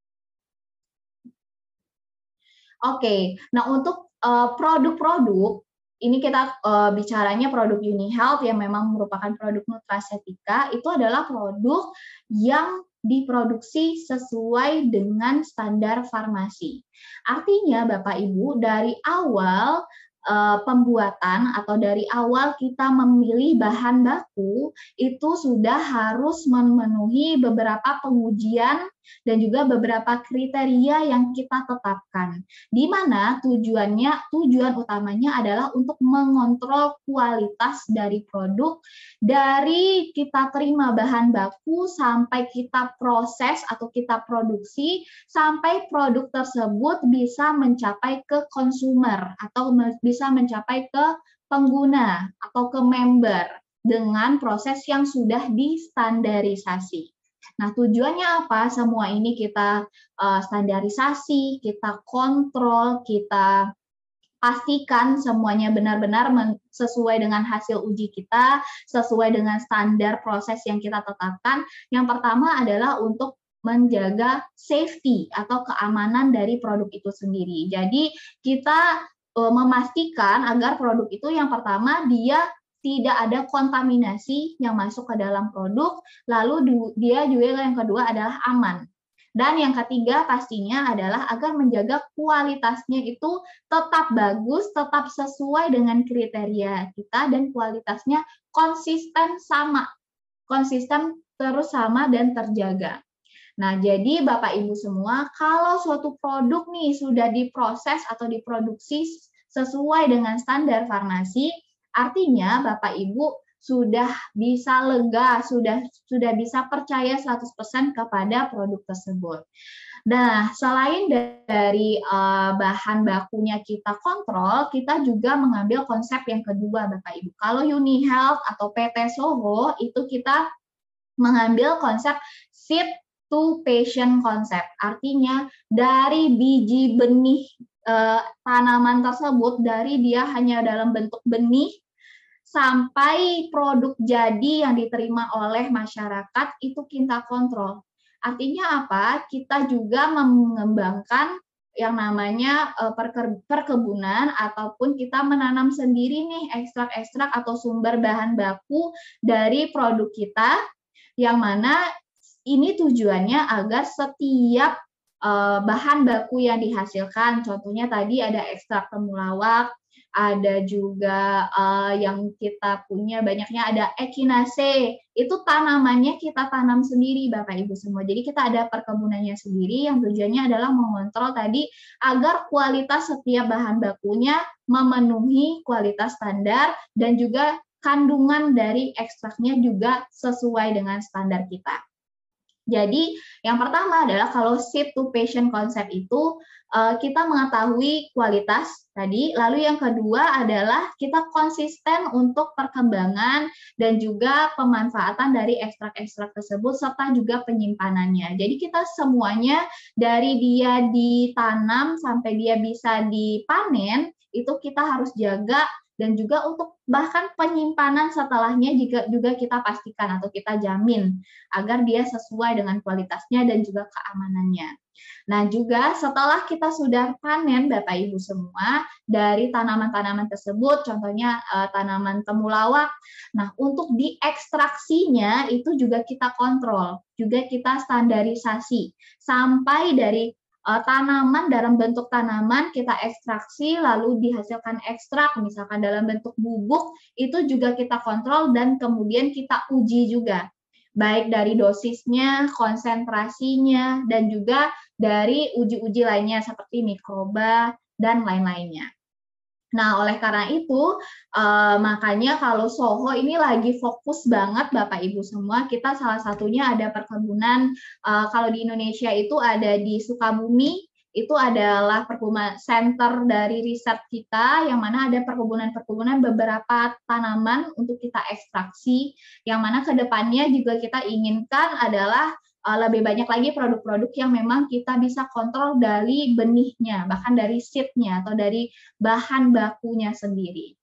Oke, nah untuk produk-produk, ini kita bicaranya produk UniHealth yang memang merupakan produk nutracetika, itu adalah produk yang diproduksi sesuai dengan standar farmasi. Artinya Bapak Ibu dari awal pembuatan atau dari awal kita memilih bahan baku itu sudah harus memenuhi beberapa pengujian dan juga beberapa kriteria yang kita tetapkan. Di mana tujuan utamanya adalah untuk mengontrol kualitas dari produk dari kita terima bahan baku sampai kita proses atau kita produksi sampai produk tersebut bisa mencapai ke konsumer atau bisa mencapai ke pengguna atau ke member dengan proses yang sudah distandarisasi. Nah, tujuannya apa? Semua ini kita standarisasi, kita kontrol, kita pastikan semuanya benar-benar sesuai dengan hasil uji kita, sesuai dengan standar proses yang kita tetapkan. Yang pertama adalah untuk menjaga safety atau keamanan dari produk itu sendiri. Jadi kita memastikan agar produk itu yang pertama dia tidak ada kontaminasi yang masuk ke dalam produk, lalu dia juga yang kedua adalah aman. Dan yang ketiga pastinya adalah agar menjaga kualitasnya itu tetap bagus, tetap sesuai dengan kriteria kita dan kualitasnya konsisten terus sama dan terjaga. Nah, jadi Bapak Ibu semua, kalau suatu produk nih sudah diproses atau diproduksi sesuai dengan standar farmasi, artinya Bapak Ibu sudah bisa lega, sudah bisa percaya 100% kepada produk tersebut. Nah, selain dari bahan bakunya kita kontrol, kita juga mengambil konsep yang kedua, Bapak Ibu. Kalau UniHealth atau PT Soho, itu kita mengambil konsep seed to patient concept. Artinya, dari biji benih tanaman tersebut, dari dia hanya dalam bentuk benih, sampai produk jadi yang diterima oleh masyarakat itu kita kontrol. Artinya apa? Kita juga mengembangkan yang namanya perkebunan ataupun kita menanam sendiri nih ekstrak-ekstrak atau sumber bahan baku dari produk kita, yang mana ini tujuannya agar setiap bahan baku yang dihasilkan, contohnya tadi ada ekstrak temulawak, ada juga yang kita punya banyaknya ada echinacea, itu tanamannya kita tanam sendiri Bapak Ibu semua. Jadi kita ada perkebunannya sendiri yang tujuannya adalah mengontrol tadi agar kualitas setiap bahan bakunya memenuhi kualitas standar dan juga kandungan dari ekstraknya juga sesuai dengan standar kita. Jadi yang pertama adalah kalau seed to patient concept itu kita mengetahui kualitas tadi, lalu yang kedua adalah kita konsisten untuk perkembangan dan juga pemanfaatan dari ekstrak-ekstrak tersebut serta juga penyimpanannya. Jadi kita semuanya dari dia ditanam sampai dia bisa dipanen itu kita harus jaga, dan juga untuk bahkan penyimpanan setelahnya juga kita pastikan atau kita jamin agar dia sesuai dengan kualitasnya dan juga keamanannya. Nah, juga setelah kita sudah panen Bapak Ibu semua dari tanaman-tanaman tersebut, contohnya tanaman temulawak, nah untuk diekstraksinya itu juga kita kontrol, juga kita standarisasi sampai dari tanaman dalam bentuk tanaman kita ekstraksi lalu dihasilkan ekstrak misalkan dalam bentuk bubuk, itu juga kita kontrol dan kemudian kita uji juga baik dari dosisnya, konsentrasinya, dan juga dari uji-uji lainnya seperti mikroba dan lain-lainnya. Nah, oleh karena itu, makanya kalau Soho ini lagi fokus banget Bapak Ibu semua, kita salah satunya ada perkebunan, kalau di Indonesia itu ada di Sukabumi, itu adalah perkebunan center dari riset kita, yang mana ada perkebunan-perkebunan beberapa tanaman untuk kita ekstraksi, yang mana ke depannya juga kita inginkan adalah lebih banyak lagi produk-produk yang memang kita bisa kontrol dari benihnya, bahkan dari seed-nya atau dari bahan bakunya sendiri.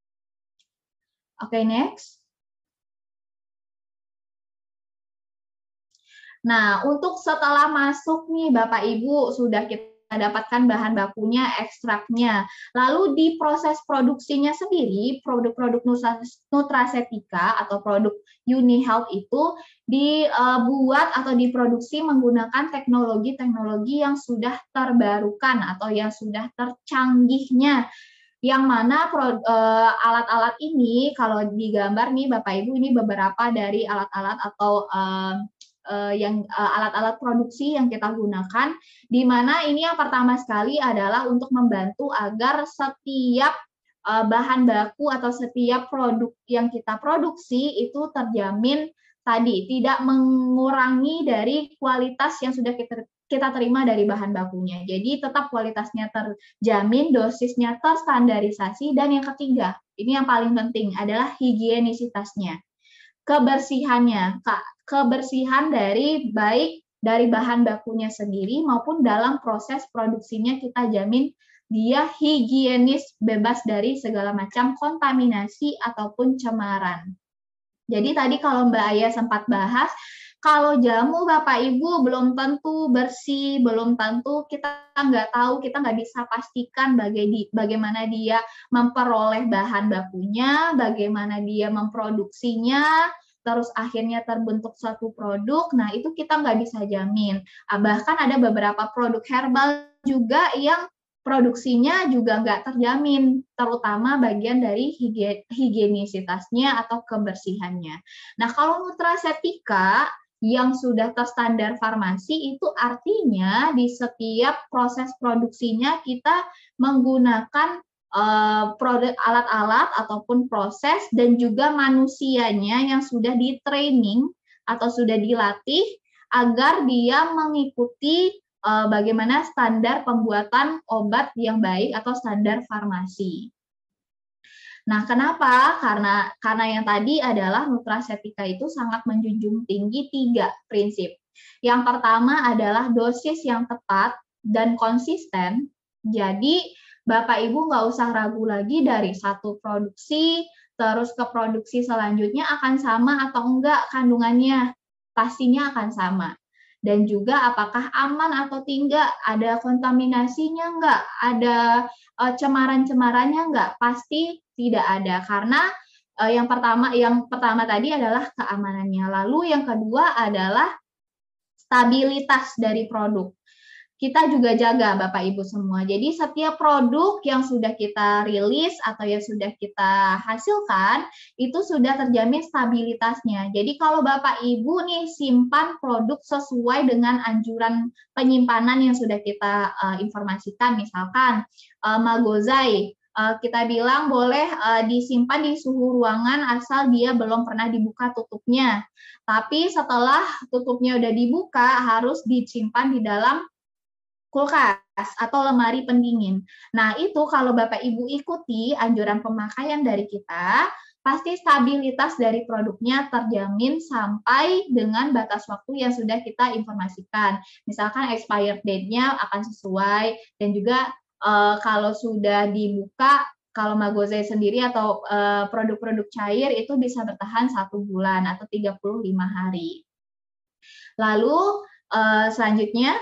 Oke, next. Nah, untuk setelah masuk nih Bapak Ibu, sudah kita dapatkan bahan bakunya, ekstraknya. Lalu di proses produksinya sendiri, produk-produk nutracetika atau produk UniHealth itu dibuat atau diproduksi menggunakan teknologi-teknologi yang sudah terbarukan atau yang sudah tercanggihnya. Yang mana alat-alat ini, kalau digambar nih Bapak Ibu, ini beberapa dari alat-alat atau alat-alat produksi yang kita gunakan, di mana ini yang pertama sekali adalah untuk membantu agar setiap bahan baku atau setiap produk yang kita produksi itu terjamin tadi, tidak mengurangi dari kualitas yang sudah kita terima dari bahan bakunya. Jadi tetap kualitasnya terjamin, dosisnya terstandarisasi, dan yang ketiga, ini yang paling penting adalah higienisitasnya, kebersihannya, kebersihan dari baik dari bahan bakunya sendiri maupun dalam proses produksinya kita jamin dia higienis, bebas dari segala macam kontaminasi ataupun cemaran. Jadi tadi kalau Mbak Aya sempat bahas, kalau jamu Bapak Ibu belum tentu bersih, belum tentu kita nggak tahu, kita nggak bisa pastikan bagaimana dia memperoleh bahan bakunya, bagaimana dia memproduksinya, terus akhirnya terbentuk suatu produk. Nah, itu kita nggak bisa jamin. Bahkan ada beberapa produk herbal juga yang produksinya juga nggak terjamin, terutama bagian dari higienisitasnya atau kebersihannya. Nah, kalau nutracetika yang sudah terstandar farmasi itu artinya di setiap proses produksinya kita menggunakan produk alat-alat ataupun proses dan juga manusianya yang sudah di-training atau sudah dilatih agar dia mengikuti bagaimana standar pembuatan obat yang baik atau standar farmasi. Nah, kenapa? Karena yang tadi adalah nutracetika itu sangat menjunjung tinggi 3 prinsip. Yang pertama adalah dosis yang tepat dan konsisten. Jadi, Bapak Ibu nggak usah ragu lagi dari satu produksi, terus ke produksi selanjutnya akan sama atau enggak kandungannya. Pastinya akan sama. Dan juga apakah aman atau tidak, ada kontaminasinya enggak, ada cemaran-cemarannya enggak, pasti tidak ada, karena yang pertama tadi adalah keamanannya, lalu yang kedua adalah stabilitas dari produk. Kita juga jaga Bapak Ibu semua. Jadi setiap produk yang sudah kita rilis atau yang sudah kita hasilkan itu sudah terjamin stabilitasnya. Jadi kalau Bapak Ibu nih simpan produk sesuai dengan anjuran penyimpanan yang sudah kita informasikan, misalkan Magozai, kita bilang boleh disimpan di suhu ruangan asal dia belum pernah dibuka tutupnya. Tapi setelah tutupnya udah dibuka harus disimpan di dalam kulkas atau lemari pendingin. Nah, itu kalau Bapak Ibu ikuti anjuran pemakaian dari kita, pasti stabilitas dari produknya terjamin sampai dengan batas waktu yang sudah kita informasikan. Misalkan expired date-nya akan sesuai, dan juga kalau sudah dibuka, kalau Magozai sendiri atau produk-produk cair itu bisa bertahan 1 bulan atau 35 hari. Lalu selanjutnya,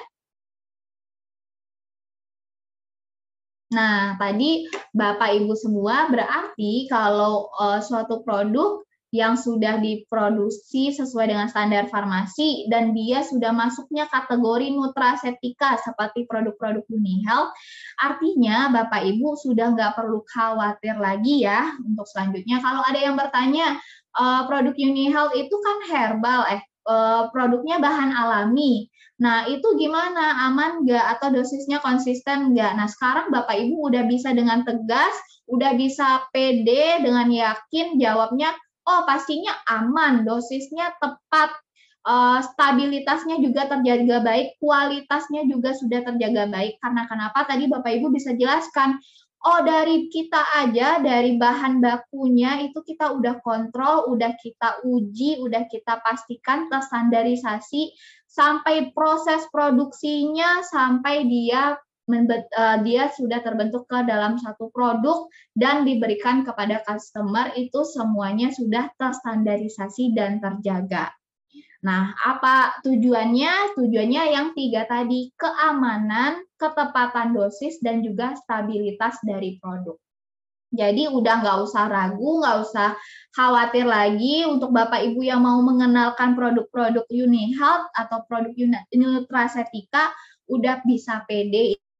nah, tadi Bapak Ibu semua berarti kalau suatu produk yang sudah diproduksi sesuai dengan standar farmasi dan dia sudah masuknya kategori nutracetika seperti produk-produk UniHealth, artinya Bapak Ibu sudah nggak perlu khawatir lagi ya untuk selanjutnya. Kalau ada yang bertanya, produk UniHealth itu kan herbal, produknya bahan alami. Nah, itu gimana? Aman nggak? Atau dosisnya konsisten nggak? Nah, sekarang Bapak Ibu udah bisa dengan tegas, udah bisa pede dengan yakin jawabnya, oh pastinya aman, dosisnya tepat, stabilitasnya juga terjaga baik, kualitasnya juga sudah terjaga baik. Karena kenapa? Tadi Bapak Ibu bisa jelaskan, oh dari kita aja, dari bahan bakunya itu kita udah kontrol, udah kita uji, udah kita pastikan terstandarisasi, sampai proses produksinya, sampai dia sudah terbentuk ke dalam satu produk dan diberikan kepada customer, itu semuanya sudah terstandarisasi dan terjaga. Nah, apa tujuannya? Tujuannya yang 3 tadi, keamanan, ketepatan dosis, dan juga stabilitas dari produk. Jadi udah nggak usah ragu, nggak usah khawatir lagi untuk Bapak Ibu yang mau mengenalkan produk-produk UniHealth atau produk nutracetika, udah bisa pede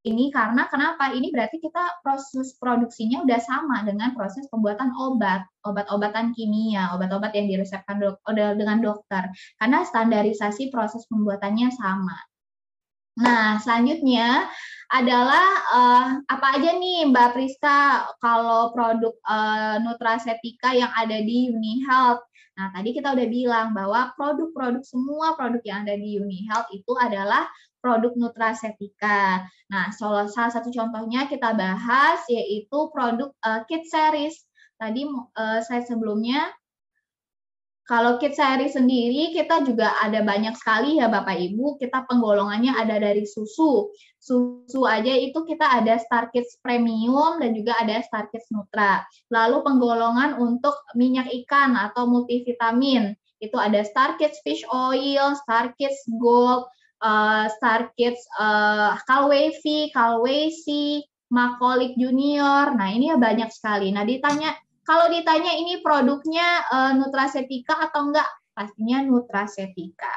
ini karena kenapa? Ini berarti kita proses produksinya udah sama dengan proses pembuatan obat-obatan kimia, obat-obat yang diresepkan dengan dokter. Karena standarisasi proses pembuatannya sama. Nah, selanjutnya adalah apa aja nih Mbak Priska kalau produk nutracetika yang ada di UniHealth. Nah, tadi kita udah bilang bahwa semua produk yang ada di UniHealth itu adalah produk nutracetika. Nah, salah satu contohnya kita bahas yaitu produk Kit Series. Tadi saya sebelumnya, kalau Kit Series sendiri kita juga ada banyak sekali ya Bapak Ibu, kita penggolongannya ada dari susu. Susu aja itu kita ada Star Kids Premium dan juga ada Star Kids Nutra. Lalu penggolongan untuk minyak ikan atau multivitamin, itu ada Star Kids Fish Oil, Star Kids Gold, Star Kids Calwavy, Calwaysi, Makolik Junior. Nah, ini ya banyak sekali. Nah, kalau ditanya ini produknya nutracetika atau enggak, pastinya nutracetika.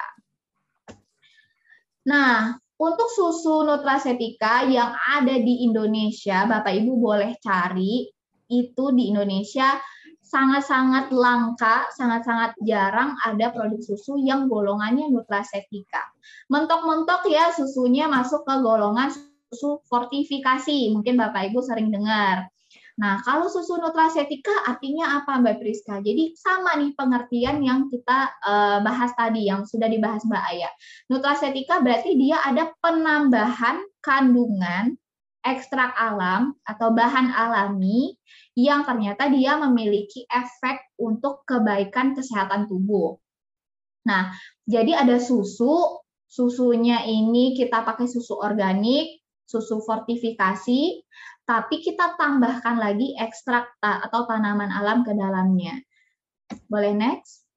Nah, untuk susu nutracetika yang ada di Indonesia, Bapak Ibu boleh cari, itu di Indonesia sangat-sangat langka, sangat-sangat jarang ada produk susu yang golongannya nutracetika. Mentok-mentok ya susunya masuk ke golongan susu fortifikasi, mungkin Bapak Ibu sering dengar. Nah, kalau susu nutracetika artinya apa Mbak Priska? Jadi sama nih pengertian yang kita bahas tadi, yang sudah dibahas Mbak Aya. Nutracetika berarti dia ada penambahan kandungan ekstrak alam atau bahan alami yang ternyata dia memiliki efek untuk kebaikan kesehatan tubuh. Nah, jadi ada susunya ini kita pakai susu organik, susu fortifikasi, tapi kita tambahkan lagi ekstrak atau tanaman alam ke dalamnya. Boleh next?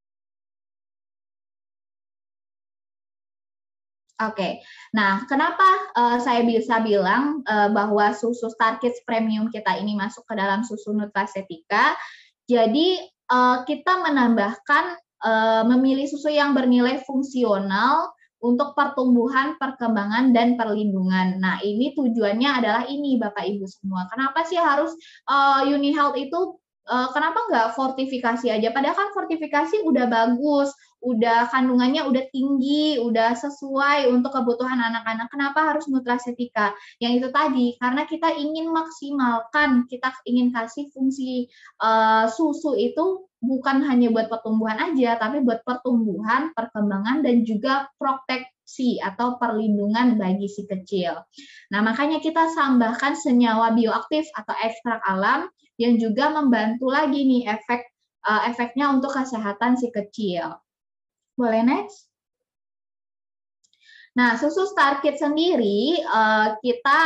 Oke, nah kenapa saya bisa bilang bahwa susu Star Kids Premium kita ini masuk ke dalam susu nutracetika? Jadi kita menambahkan memilih susu yang bernilai fungsional untuk pertumbuhan, perkembangan, dan perlindungan. Nah, ini tujuannya adalah ini Bapak Ibu semua. Kenapa sih harus UniHealth itu kenapa nggak fortifikasi aja? Padahal kan fortifikasi udah bagus, udah kandungannya udah tinggi, udah sesuai untuk kebutuhan anak-anak. Kenapa harus nutracetika? Yang itu tadi, karena kita ingin maksimalkan, kita ingin kasih fungsi susu itu bukan hanya buat pertumbuhan aja, tapi buat pertumbuhan, perkembangan, dan juga proteksi atau perlindungan bagi si kecil. Nah, makanya kita tambahkan senyawa bioaktif atau ekstrak alam yang juga membantu lagi nih efeknya untuk kesehatan si kecil. Boleh next? Nah, susu Star Kids sendiri kita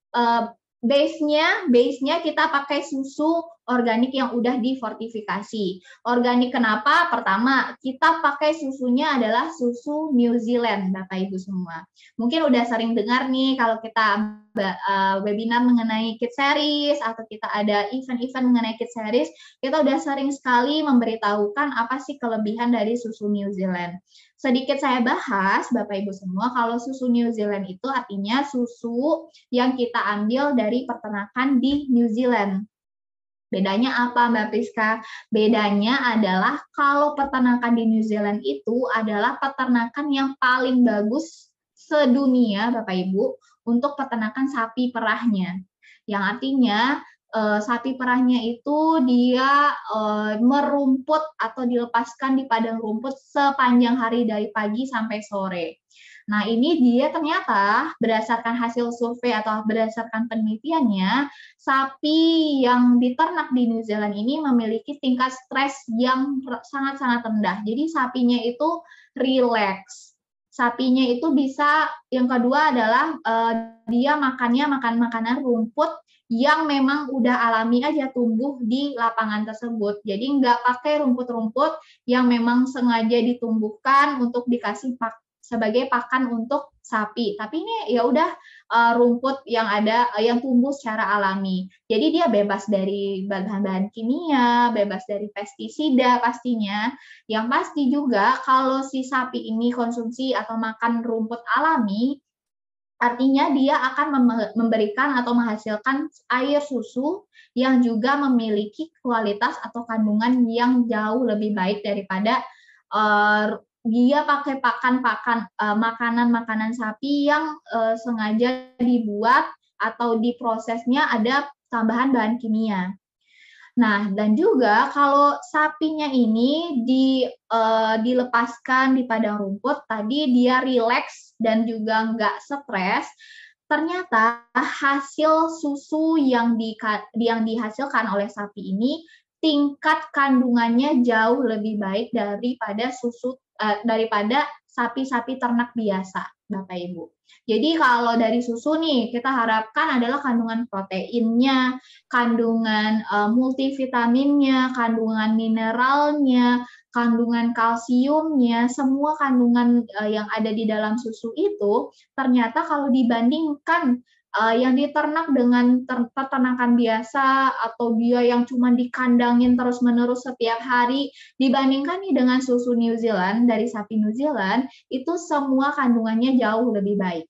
base-nya kita pakai susu organik yang udah difortifikasi. Organik kenapa? Pertama, kita pakai susunya adalah susu New Zealand, Bapak Ibu semua. Mungkin udah sering dengar nih kalau kita webinar mengenai Kid Series atau kita ada event-event mengenai Kid Series, kita udah sering sekali memberitahukan apa sih kelebihan dari susu New Zealand. Sedikit saya bahas, Bapak Ibu semua, kalau susu New Zealand itu artinya susu yang kita ambil dari peternakan di New Zealand. Bedanya apa Mbak Priska? Bedanya adalah kalau peternakan di New Zealand itu adalah peternakan yang paling bagus sedunia Bapak Ibu untuk peternakan sapi perahnya. Yang artinya sapi perahnya itu dia merumput atau dilepaskan di padang rumput sepanjang hari dari pagi sampai sore. Nah, ini dia ternyata berdasarkan hasil survei atau berdasarkan penelitiannya, sapi yang diternak di New Zealand ini memiliki tingkat stres yang sangat-sangat rendah. Jadi sapinya itu rileks. Sapinya itu bisa, yang kedua adalah dia makan makanan rumput yang memang udah alami aja tumbuh di lapangan tersebut. Jadi nggak pakai rumput-rumput yang memang sengaja ditumbuhkan untuk dikasih sebagai pakan untuk sapi. Tapi ini ya udah rumput yang ada yang tumbuh secara alami. Jadi dia bebas dari bahan-bahan kimia, bebas dari pestisida pastinya. Yang pasti juga kalau si sapi ini konsumsi atau makan rumput alami, Artinya dia akan memberikan atau menghasilkan air susu yang juga memiliki kualitas atau kandungan yang jauh lebih baik daripada dia pakai makanan-makanan sapi yang sengaja dibuat atau diprosesnya ada tambahan bahan kimia. Nah, dan juga kalau sapinya ini dilepaskan di padang rumput, tadi dia rileks dan juga nggak stres, ternyata hasil susu yang dihasilkan oleh sapi ini tingkat kandungannya jauh lebih baik daripada sapi-sapi ternak biasa, Bapak Ibu. Jadi kalau dari susu nih, kita harapkan adalah kandungan proteinnya, kandungan multivitaminnya, kandungan mineralnya, kandungan kalsiumnya, semua kandungan yang ada di dalam susu itu ternyata kalau dibandingkan yang diternak dengan peternakan biasa atau dia yang cuma dikandangin terus-menerus setiap hari, dibandingkan nih dengan susu New Zealand, dari sapi New Zealand, itu semua kandungannya jauh lebih baik.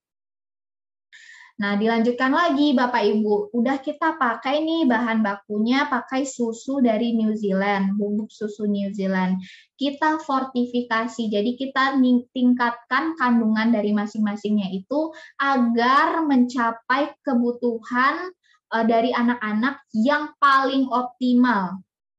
Nah, dilanjutkan lagi Bapak Ibu, udah kita pakai nih bahan bakunya pakai susu dari New Zealand, bubuk susu New Zealand. Kita fortifikasi, jadi kita tingkatkan kandungan dari masing-masingnya itu agar mencapai kebutuhan dari anak-anak yang paling optimal.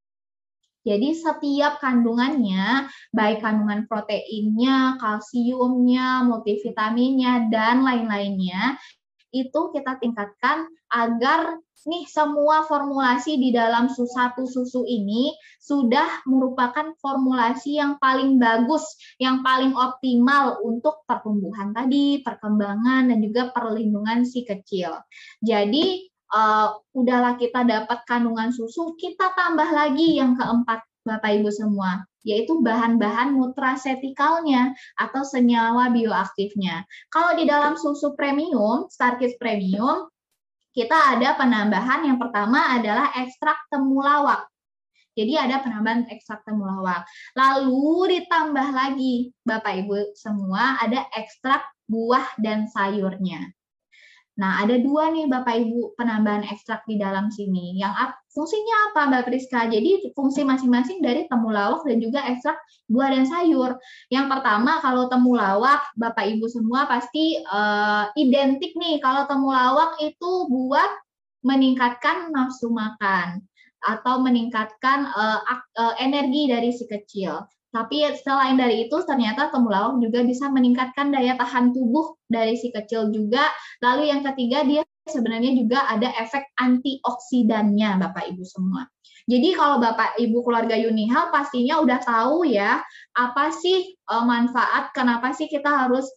Jadi setiap kandungannya, baik kandungan proteinnya, kalsiumnya, multivitaminnya, dan lain-lainnya, itu kita tingkatkan agar nih semua formulasi di dalam satu susu ini sudah merupakan formulasi yang paling bagus, yang paling optimal untuk pertumbuhan tadi, perkembangan, dan juga perlindungan si kecil. Jadi, udahlah kita dapat kandungan susu, kita tambah lagi yang keempat, Bapak Ibu semua, yaitu bahan-bahan nutrasetikalnya atau senyawa bioaktifnya. Kalau di dalam susu premium, Starkist Premium, kita ada penambahan yang pertama adalah ekstrak temulawak. Jadi ada penambahan ekstrak temulawak. Lalu ditambah lagi, Bapak Ibu semua, ada ekstrak buah dan sayurnya. Nah, ada dua nih Bapak Ibu penambahan ekstrak di dalam sini. Yang fungsinya apa Mbak Priska? Jadi fungsi masing-masing dari temulawak dan juga ekstrak buah dan sayur. Yang pertama kalau temulawak, Bapak Ibu semua pasti identik nih. Kalau temulawak itu buat meningkatkan nafsu makan atau meningkatkan energi dari si kecil. Tapi selain dari itu, ternyata temulawak juga bisa meningkatkan daya tahan tubuh dari si kecil juga. Lalu yang ketiga, dia sebenarnya juga ada efek antioksidannya, Bapak Ibu semua. Jadi kalau Bapak Ibu keluarga Unihal pastinya udah tahu ya, apa sih manfaat, kenapa sih kita harus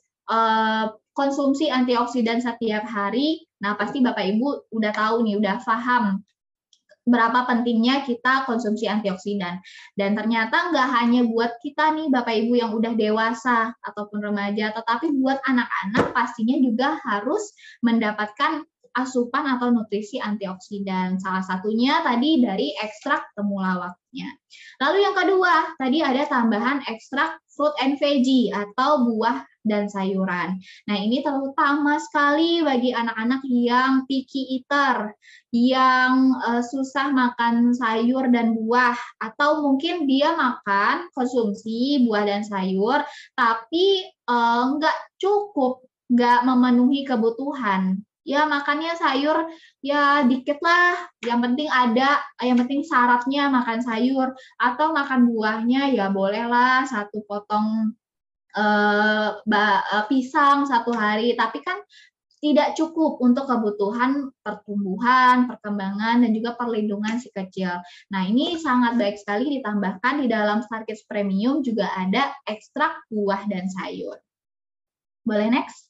konsumsi antioksidan setiap hari. Nah, pasti Bapak Ibu udah tahu nih, udah paham berapa pentingnya kita konsumsi antioksidan. Dan ternyata nggak hanya buat kita nih Bapak Ibu yang udah dewasa ataupun remaja, tetapi buat anak-anak pastinya juga harus mendapatkan asupan atau nutrisi antioksidan. Salah satunya tadi dari ekstrak temulawaknya. Lalu yang kedua, tadi ada tambahan ekstrak fruit and veggie atau buah dan sayuran. Nah, ini terutama sekali bagi anak-anak yang picky eater, yang susah makan sayur dan buah, atau mungkin dia makan konsumsi buah dan sayur, tapi nggak cukup, nggak memenuhi kebutuhan. Ya makannya sayur ya dikit lah, yang penting ada, yang penting syaratnya makan sayur, atau makan buahnya ya bolehlah satu potong pisang satu hari, tapi kan tidak cukup untuk kebutuhan pertumbuhan, perkembangan, dan juga perlindungan si kecil. Nah, ini sangat baik sekali ditambahkan di dalam Starkist Premium juga ada ekstrak buah dan sayur. Boleh next?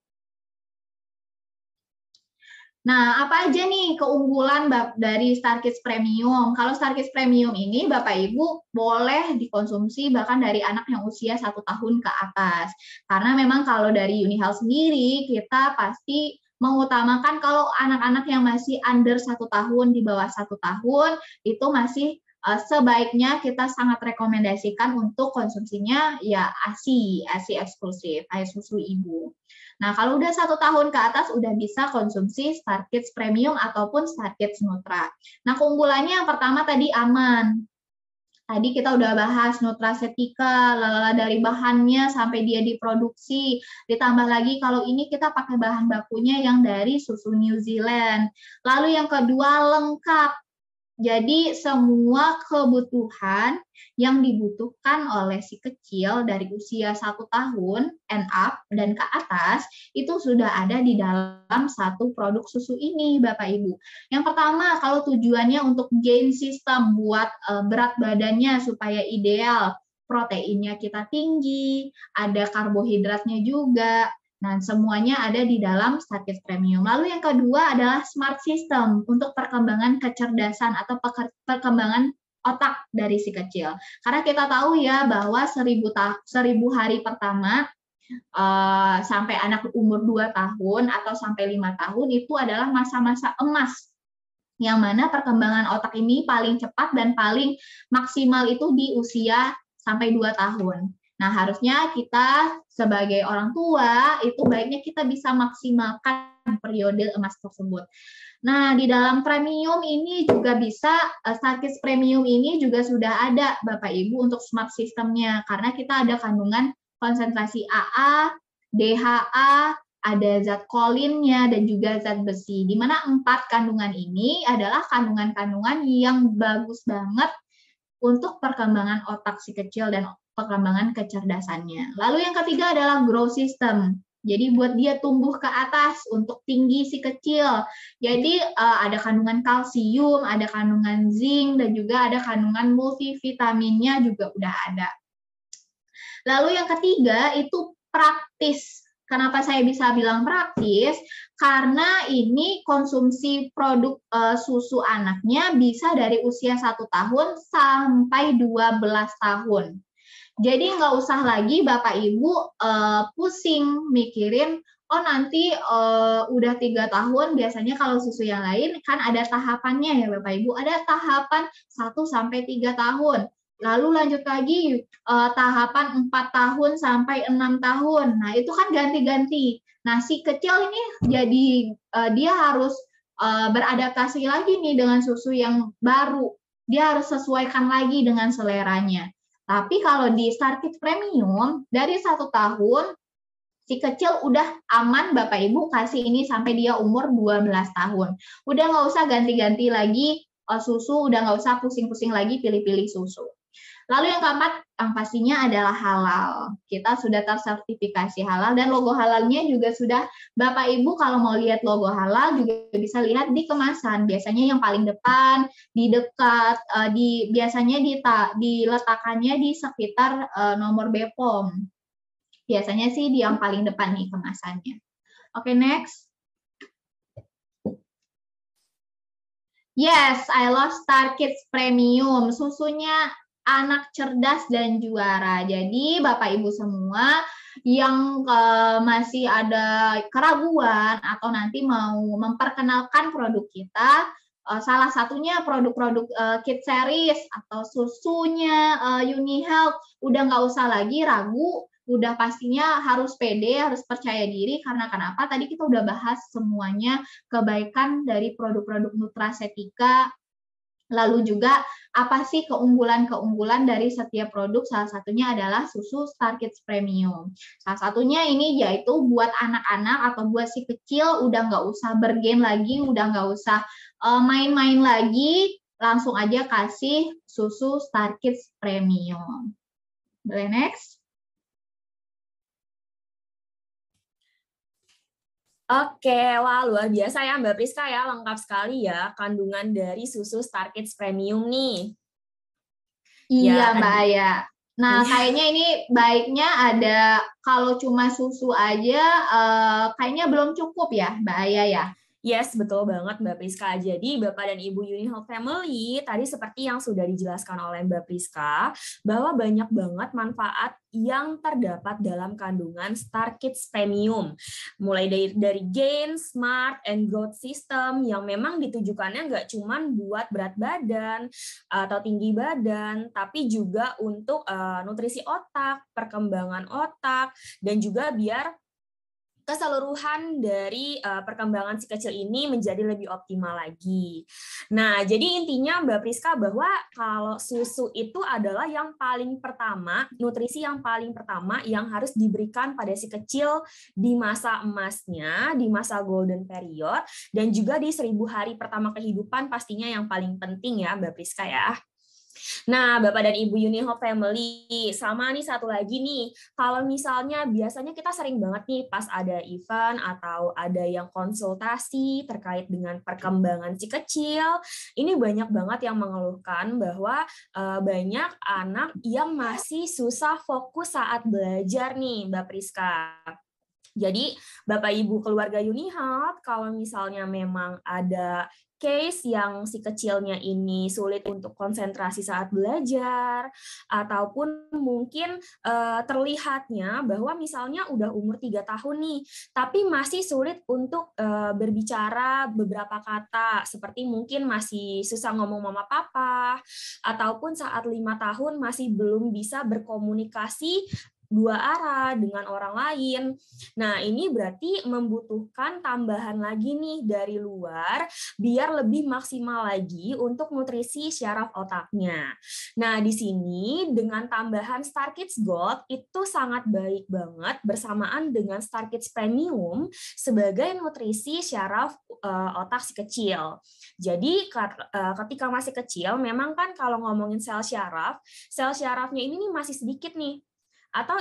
Nah, apa aja nih keunggulan dari Starkist Premium? Kalau Starkist Premium ini Bapak Ibu boleh dikonsumsi bahkan dari anak yang usia 1 tahun ke atas. Karena memang kalau dari Unihal sendiri kita pasti mengutamakan kalau anak-anak yang masih under 1 tahun, di bawah 1 tahun, itu masih sebaiknya kita sangat rekomendasikan untuk konsumsinya ya ASI eksklusif, air susu ibu. Nah, kalau udah 1 tahun ke atas udah bisa konsumsi Star Kids Premium ataupun Star Kids Nutra. Nah, keunggulannya yang pertama tadi aman. Tadi kita udah bahas nutracetika, dari bahannya sampai dia diproduksi. Ditambah lagi kalau ini kita pakai bahan bakunya yang dari susu New Zealand. Lalu yang kedua lengkap. Jadi semua kebutuhan yang dibutuhkan oleh si kecil dari usia 1 tahun and up dan ke atas itu sudah ada di dalam satu produk susu ini, Bapak Ibu. Yang pertama, kalau tujuannya untuk gain system buat berat badannya supaya ideal, proteinnya kita tinggi, ada karbohidratnya juga. Nah, semuanya ada di dalam Star Kids Premium. Lalu yang kedua adalah Smart System untuk perkembangan kecerdasan atau perkembangan otak dari si kecil. Karena kita tahu ya bahwa 1000 hari pertama sampai anak umur 2 tahun atau sampai 5 tahun itu adalah masa-masa emas yang mana perkembangan otak ini paling cepat dan paling maksimal itu di usia sampai 2 tahun. Nah, harusnya kita sebagai orang tua itu baiknya kita bisa maksimalkan periode emas tersebut. Nah, di dalam premium ini juga bisa, Star Kids Premium ini juga sudah ada Bapak Ibu untuk smart systemnya, karena kita ada kandungan konsentrasi AA, DHA, ada zat kolinnya, dan juga zat besi, di mana 4 kandungan ini adalah kandungan-kandungan yang bagus banget untuk perkembangan otak si kecil dan perkembangan kecerdasannya. Lalu yang ketiga adalah growth system. Jadi buat dia tumbuh ke atas untuk tinggi si kecil. Jadi ada kandungan kalsium, ada kandungan zinc, dan juga ada kandungan multivitaminnya juga udah ada. Lalu yang ketiga itu praktis. Kenapa saya bisa bilang praktis? Karena ini konsumsi produk susu anaknya bisa dari usia 1 tahun sampai 12 tahun. Jadi nggak usah lagi Bapak Ibu pusing mikirin, oh nanti udah 3 tahun, biasanya kalau susu yang lain kan ada tahapannya ya Bapak Ibu, ada tahapan 1 sampai 3 tahun. Lalu lanjut lagi tahapan 4 tahun sampai 6 tahun. Nah, itu kan ganti-ganti. Nah, si kecil ini jadi dia harus beradaptasi lagi nih dengan susu yang baru. Dia harus sesuaikan lagi dengan seleranya. Tapi kalau di Star Kids Premium, dari 1 tahun, si kecil udah aman Bapak Ibu kasih ini sampai dia umur 12 tahun. Udah nggak usah ganti-ganti lagi susu, udah nggak usah pusing-pusing lagi pilih-pilih susu. Lalu yang keempat, yang pastinya adalah halal. Kita sudah tersertifikasi halal dan logo halalnya juga sudah, Bapak Ibu kalau mau lihat logo halal juga bisa lihat di kemasan. Biasanya yang paling depan, di dekat, biasanya diletakkannya di sekitar nomor BPOM. Biasanya sih di yang paling depan nih kemasannya. Oke, next. Yes, I love Star Kids Premium. Susunya anak cerdas dan juara. Jadi Bapak Ibu semua yang masih ada keraguan atau nanti mau memperkenalkan produk kita, salah satunya produk-produk Kids Series atau susunya UniHealth, udah nggak usah lagi ragu, udah pastinya harus pede, harus percaya diri, karena kenapa? Tadi kita udah bahas semuanya kebaikan dari produk-produk nutracetika. Lalu juga apa sih keunggulan-keunggulan dari setiap produk? Salah satunya adalah susu Star Kids Premium. Salah satunya ini yaitu buat anak-anak atau buat si kecil udah nggak usah bergain lagi, udah nggak usah main-main lagi, langsung aja kasih susu Star Kids Premium. Boleh next? Oke, wah luar biasa ya Mbak Priska ya, lengkap sekali ya kandungan dari susu Star Kids Premium nih. Iya Mbak Aya. Nah kayaknya ini baiknya ada, kalau cuma susu aja kayaknya belum cukup ya Mbak Aya ya. Yes, betul banget Mbak Priska. Jadi Bapak dan Ibu Unihealth Family, tadi seperti yang sudah dijelaskan oleh Mbak Priska, bahwa banyak banget manfaat yang terdapat dalam kandungan Star Kids Premium. Mulai dari Gain, Smart, and Growth System yang memang ditujukannya nggak cuma buat berat badan atau tinggi badan, tapi juga untuk nutrisi otak, perkembangan otak, dan juga biar keseluruhan dari perkembangan si kecil ini menjadi lebih optimal lagi. Nah, jadi intinya Mbak Priska bahwa kalau susu itu adalah yang paling pertama, nutrisi yang paling pertama yang harus diberikan pada si kecil di masa emasnya, di masa golden period, dan juga di 1000 hari pertama kehidupan pastinya yang paling penting ya Mbak Priska ya. Nah, Bapak dan Ibu Unihealth Family, sama nih satu lagi nih, kalau misalnya biasanya kita sering banget nih pas ada event atau ada yang konsultasi terkait dengan perkembangan si kecil, ini banyak banget yang mengeluhkan bahwa banyak anak yang masih susah fokus saat belajar nih, Mbak Priska. Jadi, Bapak Ibu keluarga Unihealth, kalau misalnya memang ada case yang si kecilnya ini sulit untuk konsentrasi saat belajar, ataupun mungkin terlihatnya bahwa misalnya udah umur 3 tahun nih, tapi masih sulit untuk berbicara beberapa kata, seperti mungkin masih susah ngomong mama papa, ataupun saat 5 tahun masih belum bisa berkomunikasi 2 arah dengan orang lain. Nah, ini berarti membutuhkan tambahan lagi nih dari luar biar lebih maksimal lagi untuk nutrisi syaraf otaknya. Nah, di sini dengan tambahan Star Kids Gold itu sangat baik banget bersamaan dengan Star Kids Premium sebagai nutrisi syaraf otak si kecil. Jadi ketika masih kecil memang kan kalau ngomongin sel syarafnya ini nih masih sedikit nih. Atau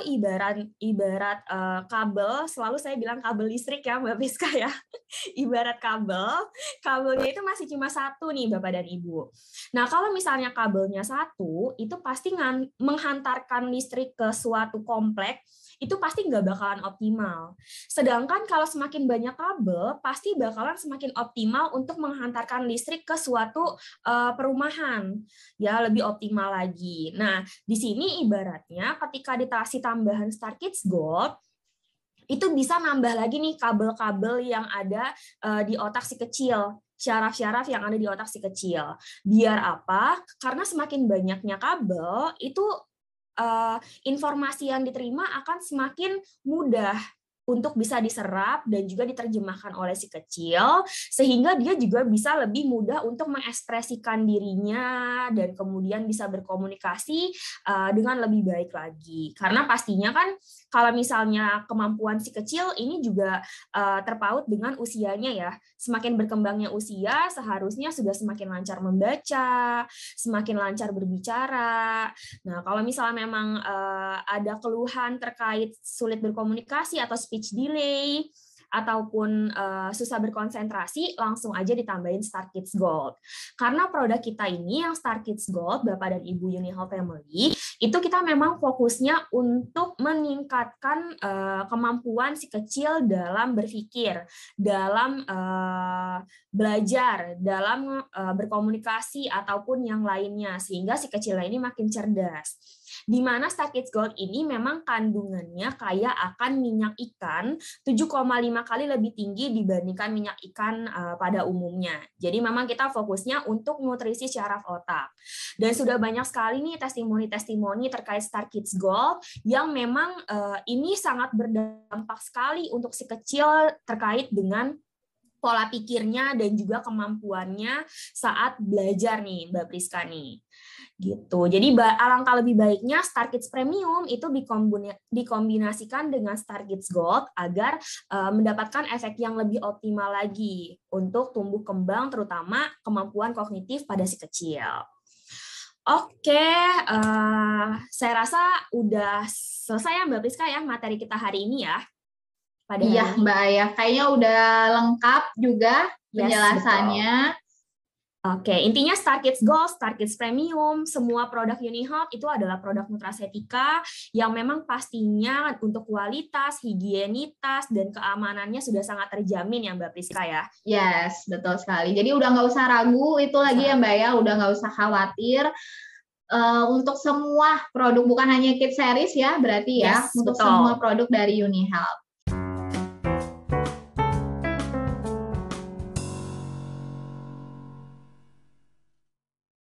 ibarat kabel, selalu saya bilang kabel listrik ya Mbak Priska ya. Ibarat kabelnya itu masih cuma satu nih Bapak dan Ibu. Nah, kalau misalnya kabelnya satu, itu pasti menghantarkan listrik ke suatu komplek, itu pasti nggak bakalan optimal. Sedangkan kalau semakin banyak kabel, pasti bakalan semakin optimal untuk menghantarkan listrik ke suatu perumahan, ya lebih optimal lagi. Nah, di sini ibaratnya ketika dikasih tambahan Star Kids Gold, itu bisa nambah lagi nih kabel-kabel yang ada di otak si kecil, syaraf-syaraf yang ada di otak si kecil. Biar apa? Karena semakin banyaknya kabel, itu informasi yang diterima akan semakin mudah untuk bisa diserap dan juga diterjemahkan oleh si kecil, sehingga dia juga bisa lebih mudah untuk mengekspresikan dirinya dan kemudian bisa berkomunikasi dengan lebih baik lagi. Karena pastinya kan kalau misalnya kemampuan si kecil ini juga terpaut dengan usianya ya. Semakin berkembangnya usia, seharusnya sudah semakin lancar membaca, semakin lancar berbicara. Nah, kalau misalnya memang ada keluhan terkait sulit berkomunikasi atau speech delay, ataupun susah berkonsentrasi, langsung aja ditambahin Star Kids Gold. Karena produk kita ini yang Star Kids Gold, Bapak dan Ibu Unihealth Family, itu kita memang fokusnya untuk meningkatkan kemampuan si kecil dalam berpikir, dalam belajar, dalam berkomunikasi, ataupun yang lainnya, sehingga si kecilnya ini makin cerdas. Di mana Star Kids Gold ini memang kandungannya kaya akan minyak ikan 7,5 kali lebih tinggi dibandingkan minyak ikan pada umumnya. Jadi memang kita fokusnya untuk nutrisi syaraf otak. Dan sudah banyak sekali nih testimoni-testimoni terkait Star Kids Gold yang memang ini sangat berdampak sekali untuk si kecil terkait dengan pola pikirnya dan juga kemampuannya saat belajar nih Mbak Priska nih. Gitu. Jadi alangkah lebih baiknya Star Kids Premium itu dikombinasikan dengan Star Kids Gold agar mendapatkan efek yang lebih optimal lagi untuk tumbuh kembang terutama kemampuan kognitif pada si kecil. Oke, saya rasa udah selesai ya Mbak Priska ya materi kita hari ini ya. Iya Mbak Ayah, kayaknya udah lengkap juga penjelasannya. Oke, intinya Star Kids Gold, Star Kids Premium, semua produk UniHealth itu adalah produk nutracetika yang memang pastinya untuk kualitas, higienitas, dan keamanannya sudah sangat terjamin ya Mbak Priska ya. Yes, betul sekali. Jadi udah nggak usah ragu itu lagi ya Mbak ya, udah nggak usah khawatir. Untuk semua produk, bukan hanya Kids Series ya, berarti ya, Yes, untuk betul. semua produk dari UniHealth.